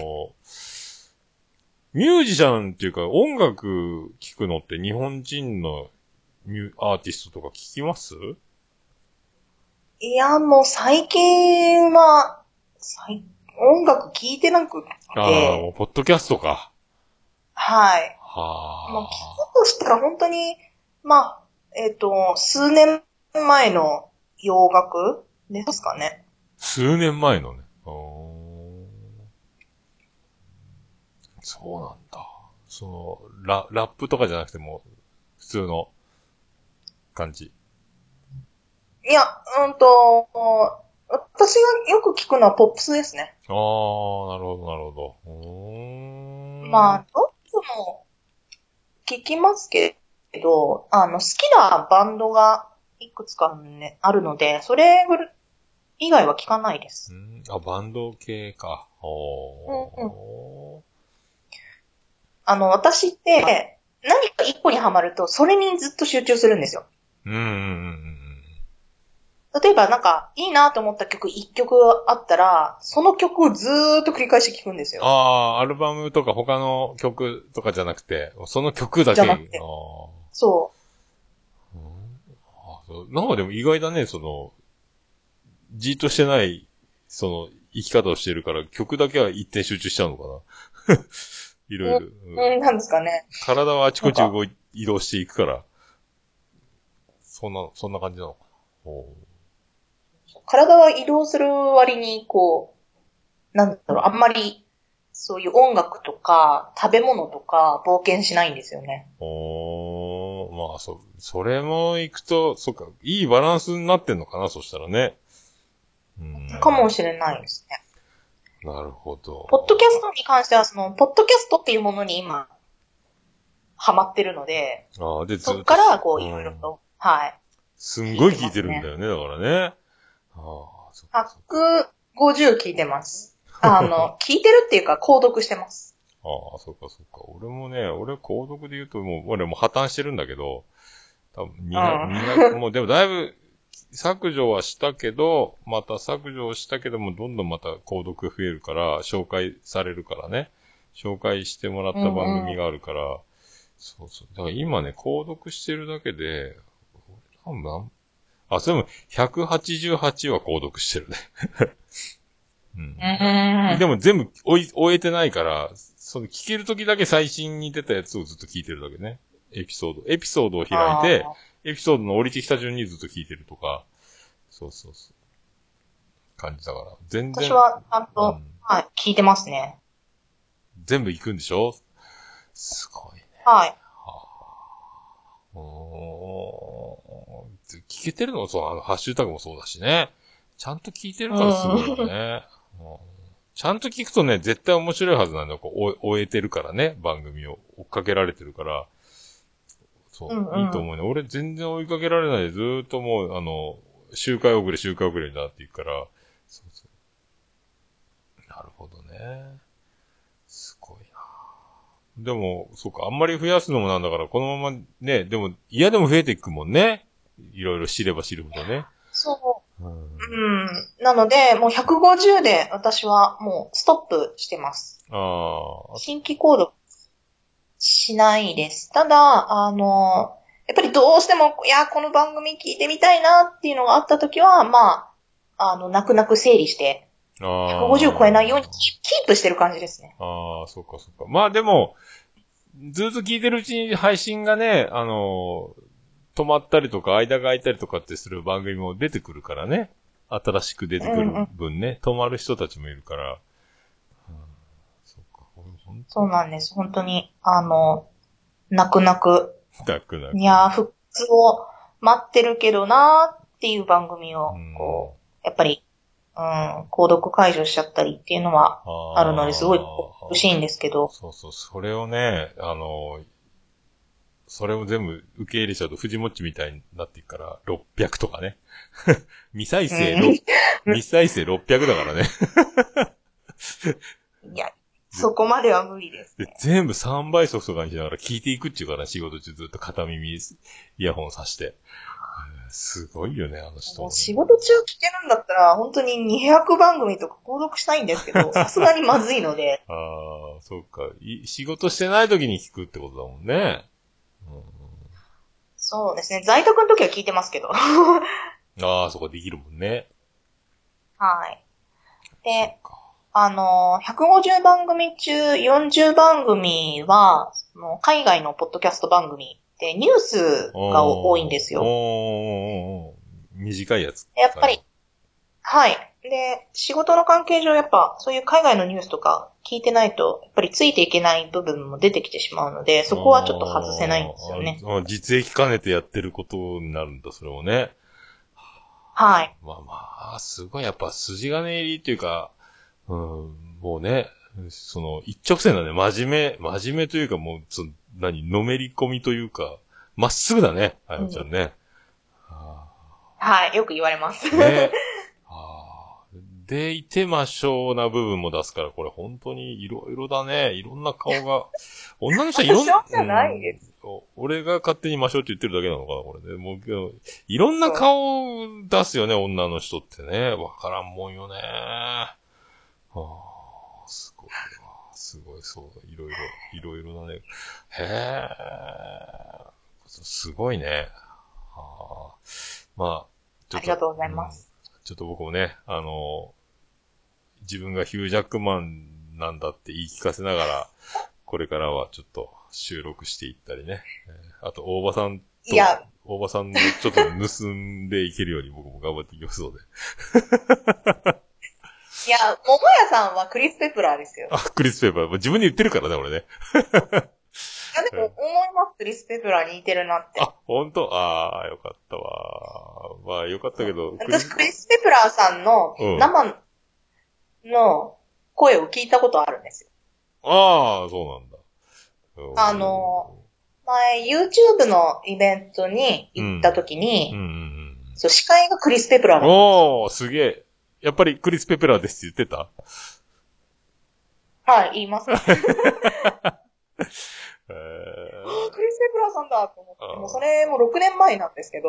S1: ミュージシャンっていうか、音楽聴くのって日本人のアーティストとか聞きます？
S2: いや、もう最近は、音楽聴いてなくて。
S1: もうポッドキャストか。
S2: はい。
S1: はあ。
S2: まあ、聞くとしたら本当に、まあ、数年前の洋楽ですかね。
S1: 数年前のね。そうなんだ。ラップとかじゃなくても、普通の感じ。
S2: いや、私がよく聞くのはポップスですね。
S1: なるほど、なるほど。
S2: まあ、ロックも聞きますけど、好きなバンドがいくつかね、あるので、それ以外は聞かないです。
S1: バンド系か。
S2: 私って、何か一個にハマると、それにずっと集中するんですよ。例えばなんか、いいなと思った曲一曲あったら、その曲をずーっと繰り返し聴くんですよ。
S1: アルバムとか他の曲とかじゃなくて、その曲だけ。
S2: じゃなくて。そう。
S1: なんかでも意外だね、じーっとしてない、生き方をしてるから、曲だけは一点集中しちゃうのかな。いろいろ。
S2: なんですかね。
S1: 体はあちこち移動していくから、そんな感じなのかな。
S2: 体は移動する割に、あんまり、そういう音楽とか、食べ物とか、冒険しないんですよね。
S1: まあ、それも行くと、そっか、いいバランスになってんのかな、そしたらね。
S2: かもしれないですね。
S1: なるほど。
S2: ポッドキャストに関しては、ポッドキャストっていうものに今、ハマってるので、そっから、いろいろと、はい。
S1: すんごい聞いてるんだよね、だからね。
S2: 150聞いてます。聞いてるっていうか、購読してます。
S1: そっか。俺もね、購読で言うと俺も破綻してるんだけど、多分200、もうでもだいぶ削除はしたけど、また削除したけども、どんどんまた購読増えるから、紹介されるからね。紹介してもらった番組があるから、そう。だから今ね、購読してるだけで、それも188は購読してるね。でも全部終えてないから、聞けるときだけ最新に出たやつをずっと聞いてるだけね。エピソードを開いて、 エピソードの降りてきた順にずっと聞いてるとか、そう。感じだから、全然。
S2: 私はちゃんと、
S1: うん、
S2: はい、聞いてますね。
S1: 全部行くんでしょ？すごいね。
S2: はい。
S1: 聞けてるのもそう、ハッシュタグもそうだしね。ちゃんと聞いてる
S2: う
S1: からすごいよ
S2: ん。
S1: ね。ちゃんと聞くとね、絶対面白いはずなんだよ。終えてるからね、番組を。追っかけられてるから。そう、いいと思うね。俺全然追いかけられないで、ずーっともう、周回遅れになっていくから。なるほどね。すごいな。でも、そうか、あんまり増やすのもなんだから、このままね、でも、嫌でも増えていくもんね。いろいろ知れば知るほどね。
S2: そう。
S1: うん。
S2: なので、もう150で私はもうストップしてます。
S1: ああ。
S2: 新規購読しないです。ただ、やっぱりどうしても、いや、この番組聞いてみたいなっていうのがあったときは、まあ、泣く泣く整理して、150超えないようにキープしてる感じですね。
S1: ああ、そっか。まあでも、ずっと聞いてるうちに配信がね、止まったりとか、間が空いたりとかってする番組も出てくるからね。新しく出てくる分ね、止まる人たちもいるから。そっか、
S2: そうなんです。本当に、泣く泣く。いやー、復活を待ってるけどなーっていう番組を、こう、やっぱり、購読解除しちゃったりっていうのはあるのですごい苦しいんですけど。
S1: そう、それをね、それを全部受け入れちゃうと藤もっちみたいになっていくから600とかね。未再生600だからね。
S2: いや、そこまでは無理ですね。
S1: で全部3倍速とかにしながら聞いていくっていうから、仕事中ずっと片耳イヤホンさして。すごいよね、あの人、ね。
S2: 仕事中聞けるんだったら、本当に200番組とか購読したいんですけど、さすがにまずいので。
S1: ああ、そうか。仕事してない時に聞くってことだもんね。
S2: そうですね。在宅の時は聞いてますけど。
S1: ああ、そこできるもんね。
S2: はい。で、150番組中40番組は、海外のポッドキャスト番組でニュースが多いんですよ。
S1: 短いやつ。
S2: やっぱり、はい。で、仕事の関係上やっぱそういう海外のニュースとか聞いてないと、やっぱりついていけない部分も出てきてしまうので、そこはちょっと外せないんですよね。
S1: 実益兼ねてやってることになるんだ、それをね。
S2: はい。
S1: まあ、すごいやっぱ筋金入りっていうか、もうね、一直線だね。真面目というかもう、のめり込みというか、まっすぐだね、あやちゃんね。
S2: はい、よく言われます。
S1: ね。でいてましょうな部分も出すから、これ本当にいろいろだね。いろんな顔が。女の人はいろんな。
S2: じゃないです。
S1: 俺が勝手に魔性って言ってるだけなのかな、これね。もう、いろんな顔出すよね、女の人ってね。わからんもんよね。すごいわ。すごい、そう。いろいろだね。へえ。すごいね。まあ、
S2: ありがとうございます。
S1: ちょっと僕もね、自分がヒュージャックマンなんだって言い聞かせながら、これからはちょっと収録していったりね。あと、大場さんと、大場さんのちょっと盗んでいけるように僕も頑張っていきますので。
S2: いや、桃屋さんはクリス・ペプラーですよ。
S1: クリス・ペプラー。自分で言ってるからね、俺ね。
S2: いや、でも思います、クリス・ペプラーに似てるなって。
S1: ほんと？よかったわ。まあ、よかったけど。
S2: 私、クリス・ペプラーさんの生の声を聞いたことあるんですよ。
S1: そうなんだ。
S2: 前、YouTube のイベントに行った時に、そう、司会がクリス・ペプラーなんです。
S1: すげえ。やっぱりクリス・ペプラーですって言ってた？
S2: はい、言います。クリス・ペプラーさんだと思って、もうそれも6年前なんですけど、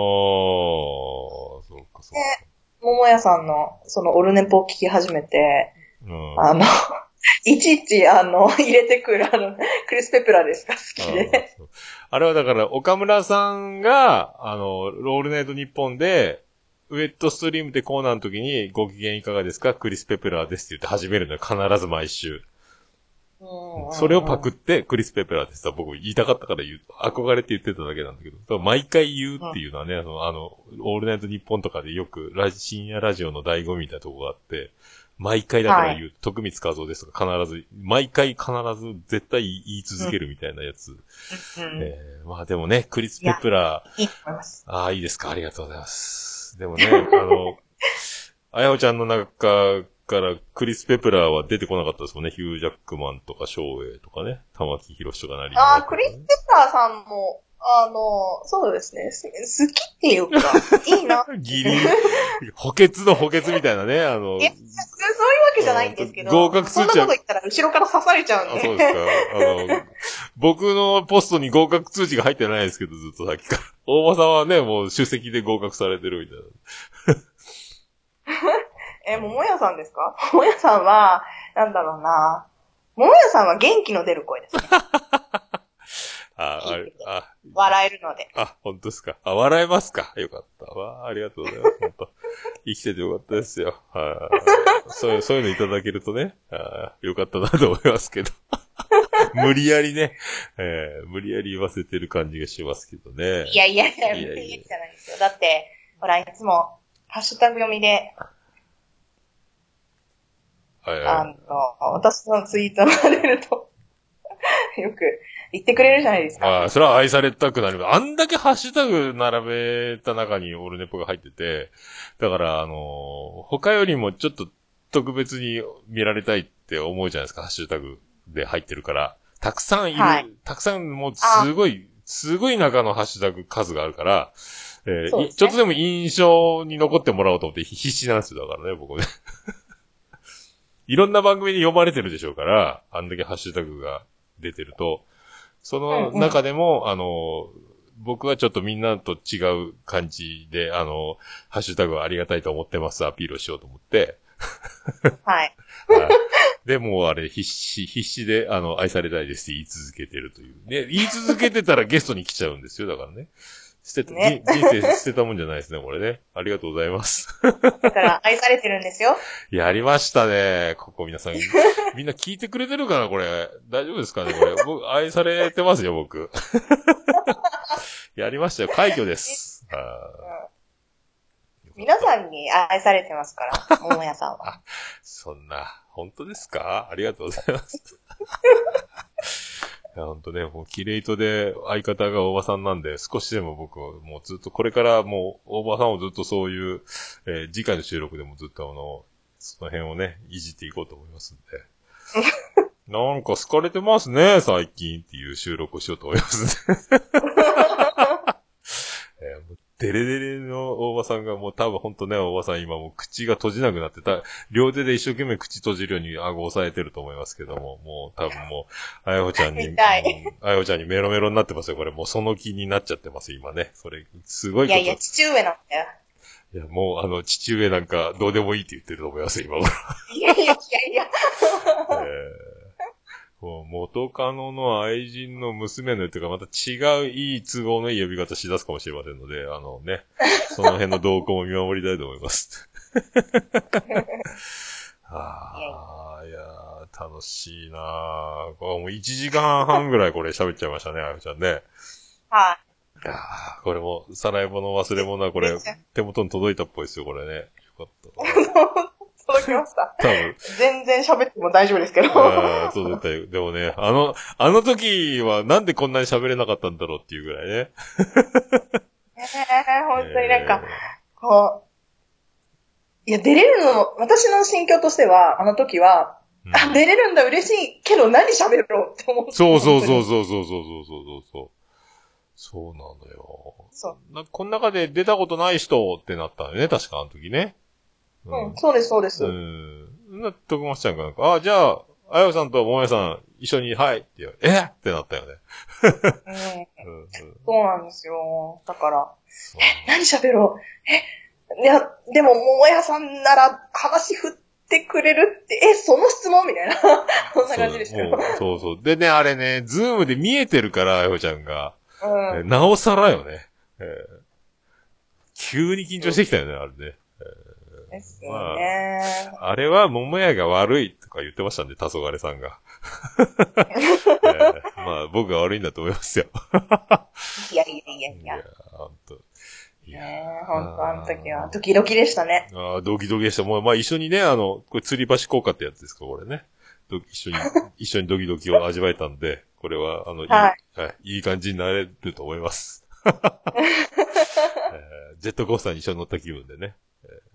S1: そうか。
S2: で、桃屋さんのそのオルネポを聞き始めて、いちいち入れてくるクリス・ペプラーですが好きで。
S1: あれはだから、岡村さんが、ロールナイトニッポンで、ウェットストリームでコーナーの時に、ご機嫌いかがですか？クリス・ペプラーですって言って始めるのよ。必ず毎週。 それをパクって、クリス・ペプラーってさ、僕言いたかったから憧れて言ってただけなんだけど、毎回言うっていうのはね、オールナイトニッポンとかでよく、深夜ラジオの醍醐味みたいなとこがあって、毎回だから言う、徳光和夫ですとか必ず、毎回必ず絶対言い続けるみたいなやつ。まあでもね、クリス・ペプラー。
S2: いいと思います。
S1: ああ、いいですか。ありがとうございます。でもね、あやほちゃんの中からクリス・ペプラーは出てこなかったですもんね。ヒュー・ジャックマンとか、翔英とかね。玉木宏とかなり、ね。
S2: クリス・ペプラーさんも、そうですね。好きっていうか、いいな。
S1: ギリ、補欠の補欠みたいなね。
S2: そういうわけじゃないんですけど。
S1: 合格数値は。
S2: そんなこと言ったら後ろから刺されちゃうんで。
S1: そうですか。僕のポストに合格通知が入ってないですけど、ずっとさっきから。大場さんはね、もう出席で合格されてるみたいな。
S2: 桃屋さんですか？桃屋さんは、なんだろうな。桃屋さんは元気の出る声ですね。笑えるので。
S1: 本当ですか。笑えますか。よかった。ありがとうございます。本当生きててよかったですよ。そういうのいただけるとね、よかったなと思いますけど。無理やりね、無理やり言わせてる感じがしますけどね。
S2: いや、無理やりじゃないですよ。だって、ほら、いつも、ハッシュタグ読みで、私のツイートが出ると、よく言ってくれるじゃないですか。
S1: それは愛されたくなります。あんだけハッシュタグ並べた中にオルネポが入ってて、だから、他よりもちょっと特別に見られたいって思うじゃないですか、ハッシュタグで入ってるから。たくさんいる、たくさんもうすごい中のハッシュタグ数があるから、ね、ちょっとでも印象に残ってもらおうと思って必死なんですよ、だからね、僕ね。いろんな番組に読まれてるでしょうから、あんだけハッシュタグが出てると、その中でも、僕はちょっとみんなと違う感じで、ハッシュタグはありがたいと思ってますアピールをしようと思って。
S2: はい。
S1: で、もうあれ必死で、愛されたいですって言い続けてるという。ね、言い続けてたらゲストに来ちゃうんですよ、だからね。人生捨てたもんじゃないですね、これね。ありがとうございます。
S2: だから愛されてるんですよ。
S1: やりましたね。ここ皆さん。みんな聞いてくれてるかな、これ。大丈夫ですかね、これ。僕、愛されてますよ、僕。やりましたよ。快挙です。
S2: 皆さんに愛されてますから、桃屋さんは。
S1: そんな、本当ですか？ありがとうございます。いや、ほんとね、もうキレイトで相方が大場さんなんで、少しでも僕はもうずっとこれからもう大場さんをずっとそういう、次回の収録でもずっとその辺をね、いじっていこうと思いますんで。なんか好かれてますね、最近っていう収録をしようと思いますね。デレデレの大場さんがもう多分ほんとね、大場さん今もう口が閉じなくなって両手で一生懸命口閉じるように顎を押さえてると思いますけども、もう多分もう、あやほちゃんにメロメロになってますよ、これ。もうその気になっちゃってます、今ね。それ、すごいこと。
S2: いや、父上なんだよ。
S1: いや、もう父上なんかどうでもいいって言ってると思いますよ、今頃。
S2: いや。
S1: 元カノの愛人の娘のというかまた違ういい都合のいい呼び方しだすかもしれませんので、ね、その辺の動向も見守りたいと思います。いやー、楽しいなー。これもう1時間半ぐらいこれ喋っちゃいましたね、あやちゃんね。
S2: はい。
S1: これも、さらいもの忘れ物はこれ、手元に届いたっぽいですよ、これね。よかった。
S2: 届きました。
S1: 多分。
S2: 全然喋っても大丈夫ですけど。
S1: そうだったよ。でもね、あの時はなんでこんなに喋れなかったんだろうっていうぐらいね。
S2: 本当になんか、いや、出れるの、私の心境としては、あの時は、出れるんだ、嬉しいけど何喋ろうって思って。
S1: そう。そうなのよ。この中で出たことない人ってなったよね、確かあの時ね。
S2: そうです。
S1: 徳松ちゃんがなんか、じゃあ、あやさんともやさん一緒に、はいって言う。ってなったよね。
S2: そうなんですよ。だから、何喋ろう。いや、でも、桃屋さんなら話振ってくれるって、その質問みたいな。そんな感じでしたよ。
S1: そう。でね、あれね、ズームで見えてるから、あやちゃんが。なおさらよね。急に緊張してきたよね、あれね。
S2: ですよね。
S1: あれは桃屋が悪いとか言ってましたんで、黄昏さんが。 まあ僕が悪いんだと思いますよ。
S2: いやいやいやいや。
S1: ほんと。
S2: ほんとあの時はドキドキでしたね。
S1: ドキドキでした。もうまあ一緒にね、これ吊り橋効果ってやつですか、これね。一緒にドキドキを味わえたんで、これは、いい感じになれると思います。ジェットコースターに一緒に乗った気分でね。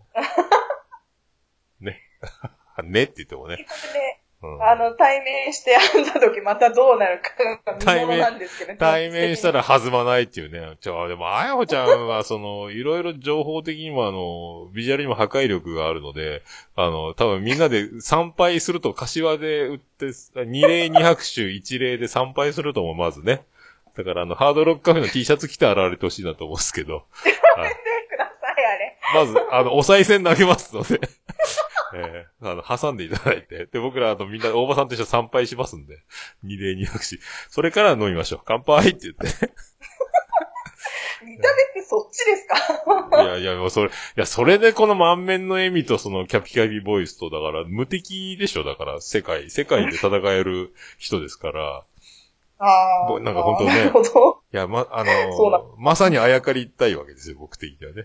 S1: ね。ねって言ってもね。
S2: 対面して会った時またどうなるか見ものなんですけどね。
S1: 対面したら弾まないっていうね。でも、あやほちゃんは、いろいろ情報的にもビジュアルにも破壊力があるので、多分みんなで参拝すると、柏で売って、二礼二拍手一礼で参拝するともまずね。だからハードロックカフェの T シャツ着て現れてほしいなと思うんですけど。
S2: やめてください、あれ。
S1: まず、お賽銭投げますので。挟んでいただいて。で、僕らみんな大場さんと一緒に参拝しますんで。二礼二拍手。それから飲みましょう。乾杯って言って。
S2: 見た目ってそっちですか？
S1: いや、もうそれでこの満面の笑みとそのキャピキャピボイスと、だから無敵でしょ、だから世界で戦える人ですから。なんか本当ね。
S2: なるほど。
S1: いや、まさにあやかりたいわけですよ、僕的にはね。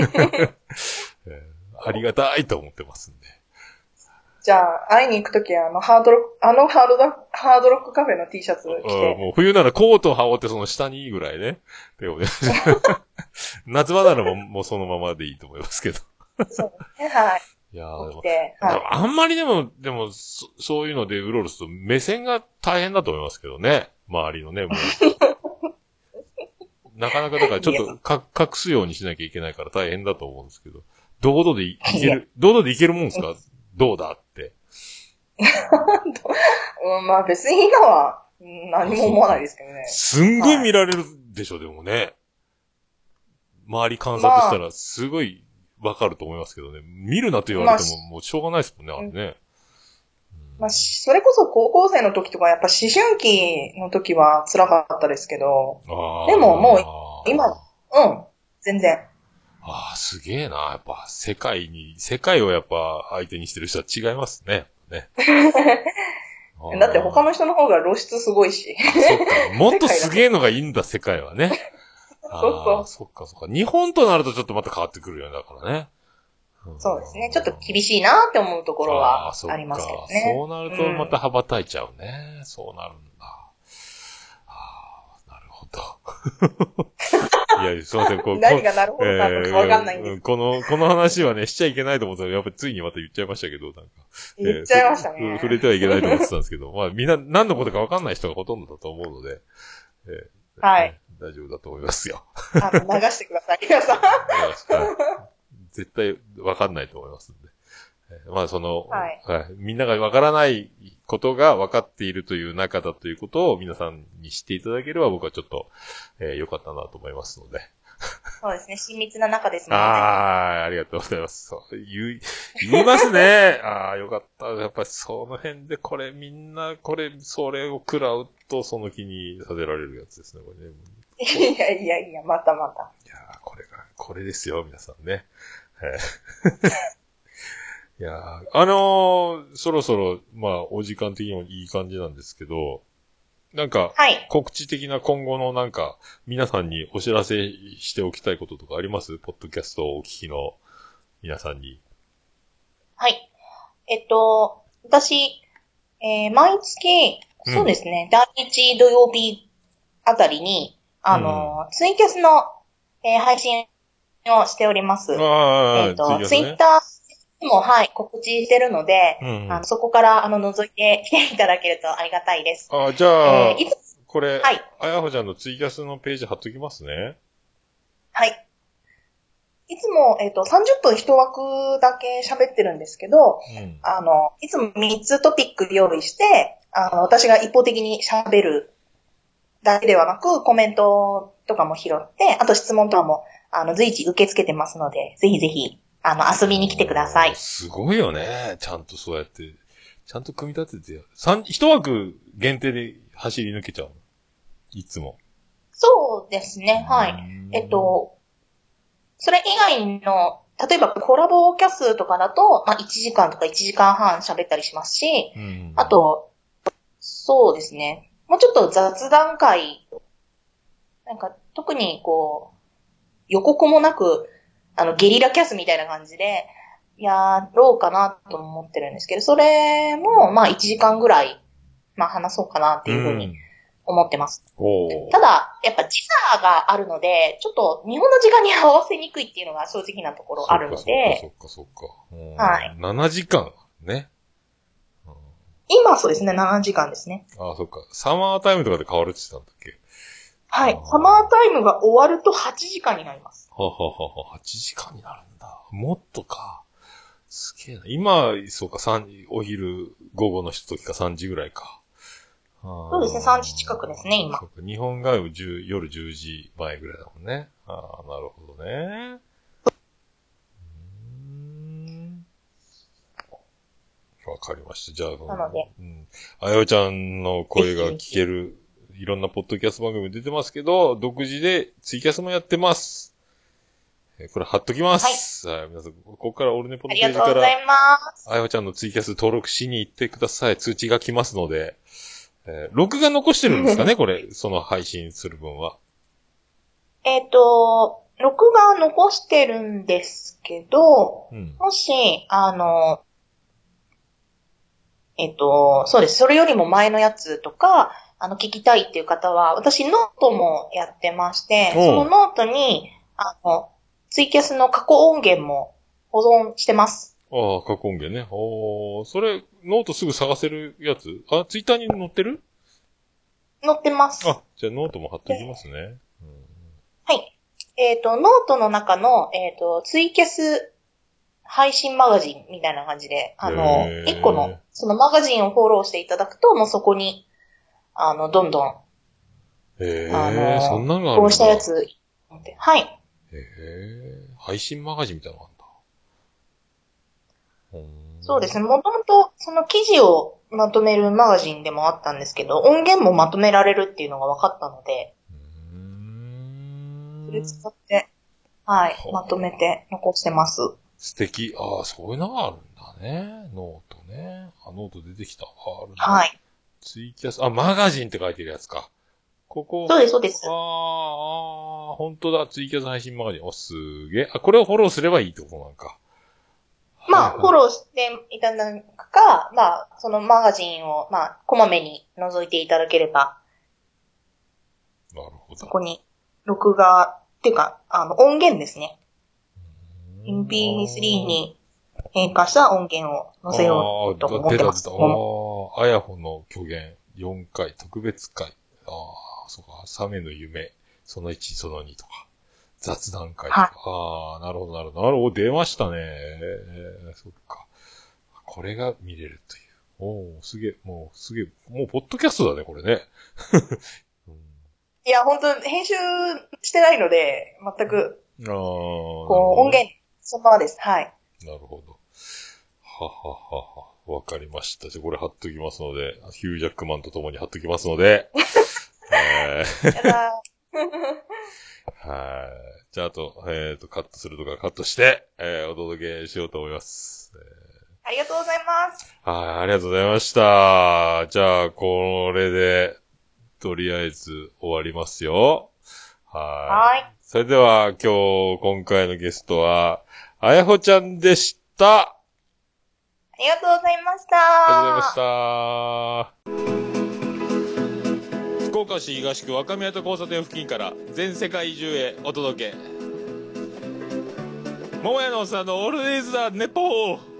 S1: ありがたいと思ってますんで。
S2: じゃあ、会いに行くときは、ハードロックカフェの T シャツ着て。
S1: もう冬ならコートを羽織ってその下にいいぐらいね。でもね夏場ならもうそのままでいいと思いますけど。
S2: そうですね、はい。
S1: いや
S2: あ
S1: んまりでも、そういうのでうろうろすると目線が大変だと思いますけどね。周りのね、もう。なかなかだからちょっと隠すようにしなきゃいけないから大変だと思うんですけど。堂々でいけるもんですか？どうだって。
S2: まあ別に今は何も思わないですけどね。
S1: すんごい見られるでしょ、でもね。周り観察したらすごいわかると思いますけどね。見るなと言われてももうしょうがないですもんね、あれね。
S2: それこそ高校生の時とかやっぱ思春期の時は辛かったですけど。でももう今、全然。
S1: すげえな。やっぱ世界をやっぱ相手にしてる人は違いますね。
S2: だって他の人の方が露出すごいし。
S1: そっか。もっとすげえのがいいんだ、世界はね。そっか。日本となるとちょっとまた変わってくるよね、だからね。
S2: そうですね。ちょっと厳しいなって思うところはありますけどね。
S1: そうなるとまた羽ばたいちゃうね。そうなるんだ。なるほど。いや、すいません。
S2: 何がなるほどなのかわかんないんです。
S1: この話はね、しちゃいけないと思ったら、やっぱりついにまた言っちゃいましたけど、なんか。
S2: 言っちゃいましたね。
S1: 触れてはいけないと思ってたんですけど、まあみんな何のことかわかんない人がほとんどだと思うので、
S2: はい。
S1: 大丈夫だと思いますよ。
S2: 流してください、皆さん。
S1: 絶対わかんないと思いますんで。まあ
S2: はい。
S1: みんながわからないことが分かっているという中だということを皆さんに知っていただければ僕はちょっと、良かったなと思いますので。
S2: そうですね。親密な中ですもんね。
S1: ありがとうございます。そう言いますね。よかった。やっぱりその辺でみんなそれを食らうとその気にさせられるやつですね、これね。
S2: いや、また。
S1: いやこれですよ、皆さんね。いやそろそろ、まあ、お時間的にもいい感じなんですけど、なんか、告知的な今後のなんか、皆さんにお知らせしておきたいこととかあります？ポッドキャストをお聞きの皆さんに。
S2: はい。私、毎月、そうですね、第1土曜日あたりに、ツイキャスの、配信をしております。ツイッターも、告知してるので、そこから、覗いてきていただけるとありがたいです。
S1: じゃあ、これ、あやほちゃんのツイキャスのページ貼っときますね。
S2: はい。いつも、30分一枠だけ喋ってるんですけど、いつも3つトピック用意して、私が一方的に喋るだけではなく、コメントとかも拾って、あと質問とかも、随時受け付けてますので、ぜひぜひ、遊びに来てください。
S1: すごいよね。ちゃんとそうやって、ちゃんと組み立てて一枠限定で走り抜けちゃう。いつも。
S2: そうですね。はい。それ以外の、例えばコラボキャスとかだと、1時間とか1時間半喋ったりしますし、あと、 そうですね。もうちょっと雑談会、なんか特にこう、予告もなく、ゲリラキャスみたいな感じで、やろうかなと思ってるんですけど、それも、まあ1時間ぐらい、まあ話そうかなっていうふうに思ってます。ただ、やっぱ時差があるので、ちょっと日本の時間に合わせにくいっていうのが正直なところあるので。
S1: そっか。
S2: はい。
S1: 7時間ね。
S2: 今そうですね、7時間ですね。
S1: ああ、そっか。サマータイムとかで変わるって言ってたんだっけ？
S2: はい。サマータイムが終わると8時間になります。
S1: は8時間になるんだ。もっとか。すげえな。今、そうか、お昼、午後のひとときか3時ぐらいか。
S2: そうですね、3時近くですね、今。
S1: そうか、日本が夜10時前ぐらいだもんね。ああ、なるほどね。わかりました。じゃあ、
S2: なので。
S1: あやおちゃんの声が聞ける、いろんなポッドキャスト番組出てますけど、独自でツイキャスもやってます。これ貼っときます。はい。皆さん、ここからオルネポのページから、
S2: ありがとうございます。
S1: あやおちゃんのツイキャス登録しに行ってください。通知が来ますので、録画残してるんですかねこれ、その配信する分は。
S2: 録画残してるんですけど、もし、そうです。それよりも前のやつとか、聞きたいっていう方は、私ノートもやってまして、そのノートに、ツイキャスの過去音源も保存してます。
S1: ああ、過去音源ね。それ、ノートすぐ探せるやつ？ツイッターに載ってる？
S2: 載ってます。
S1: じゃあノートも貼っておきますね。
S2: はい。ノートの中の、ツイキャス配信マガジンみたいな感じで、一個の、そのマガジンをフォローしていただくと、もうそこに、どんどん、
S1: そんなのがあるんだ。
S2: こうしたやつ、はい。
S1: 配信マガジンみたいなのがあるんだ。
S2: そうですね。もともと、その記事をまとめるマガジンでもあったんですけど、音源もまとめられるっていうのが分かったので、それ使って、はい、まとめて残してます。
S1: 素敵。そういうのがあるんだね。ノートね。ノート出てきた。あるね。
S2: はい。
S1: ツイキャス、マガジンって書いてるやつか。ここ。
S2: そうです、そうです。
S1: 本当だ。ツイキャス配信マガジン。すげえ。これをフォローすればいいってことなんか。
S2: まあ、フォローしていただくか、まあ、そのマガジンを、まあ、こまめに覗いていただければ。
S1: なるほど。
S2: そこに、録画、っていうか、音源ですね。MP3 に変化した音源を載せようと思ってます。
S1: あやほの虚言4回特別会。そうか。サメの夢。その1、その2とか。雑談会とか。なるほど。出ましたね。そっか。これが見れるという。すげえ。もう、ポッドキャストだね、これね。
S2: いや、本当編集してないので、全く。音源、そのままです。はい。
S1: なるほど。わかりました。じゃあこれ貼っときますので、ヒュージャックマンと共に貼っときますので。やだじゃあ、あと、カットするとかカットして、お届けしようと思います。
S2: ありがとうございます。
S1: ありがとうございました。じゃあ、これで、とりあえず終わりますよ。はい。それでは、今回のゲストは、あやほちゃんでした。
S2: ありがとうございました。
S1: ありがとうございました。福岡市東区若宮と交差点付近から全世界中へお届け。桃屋のおっさんのオールディーズ・ザ・ネポー。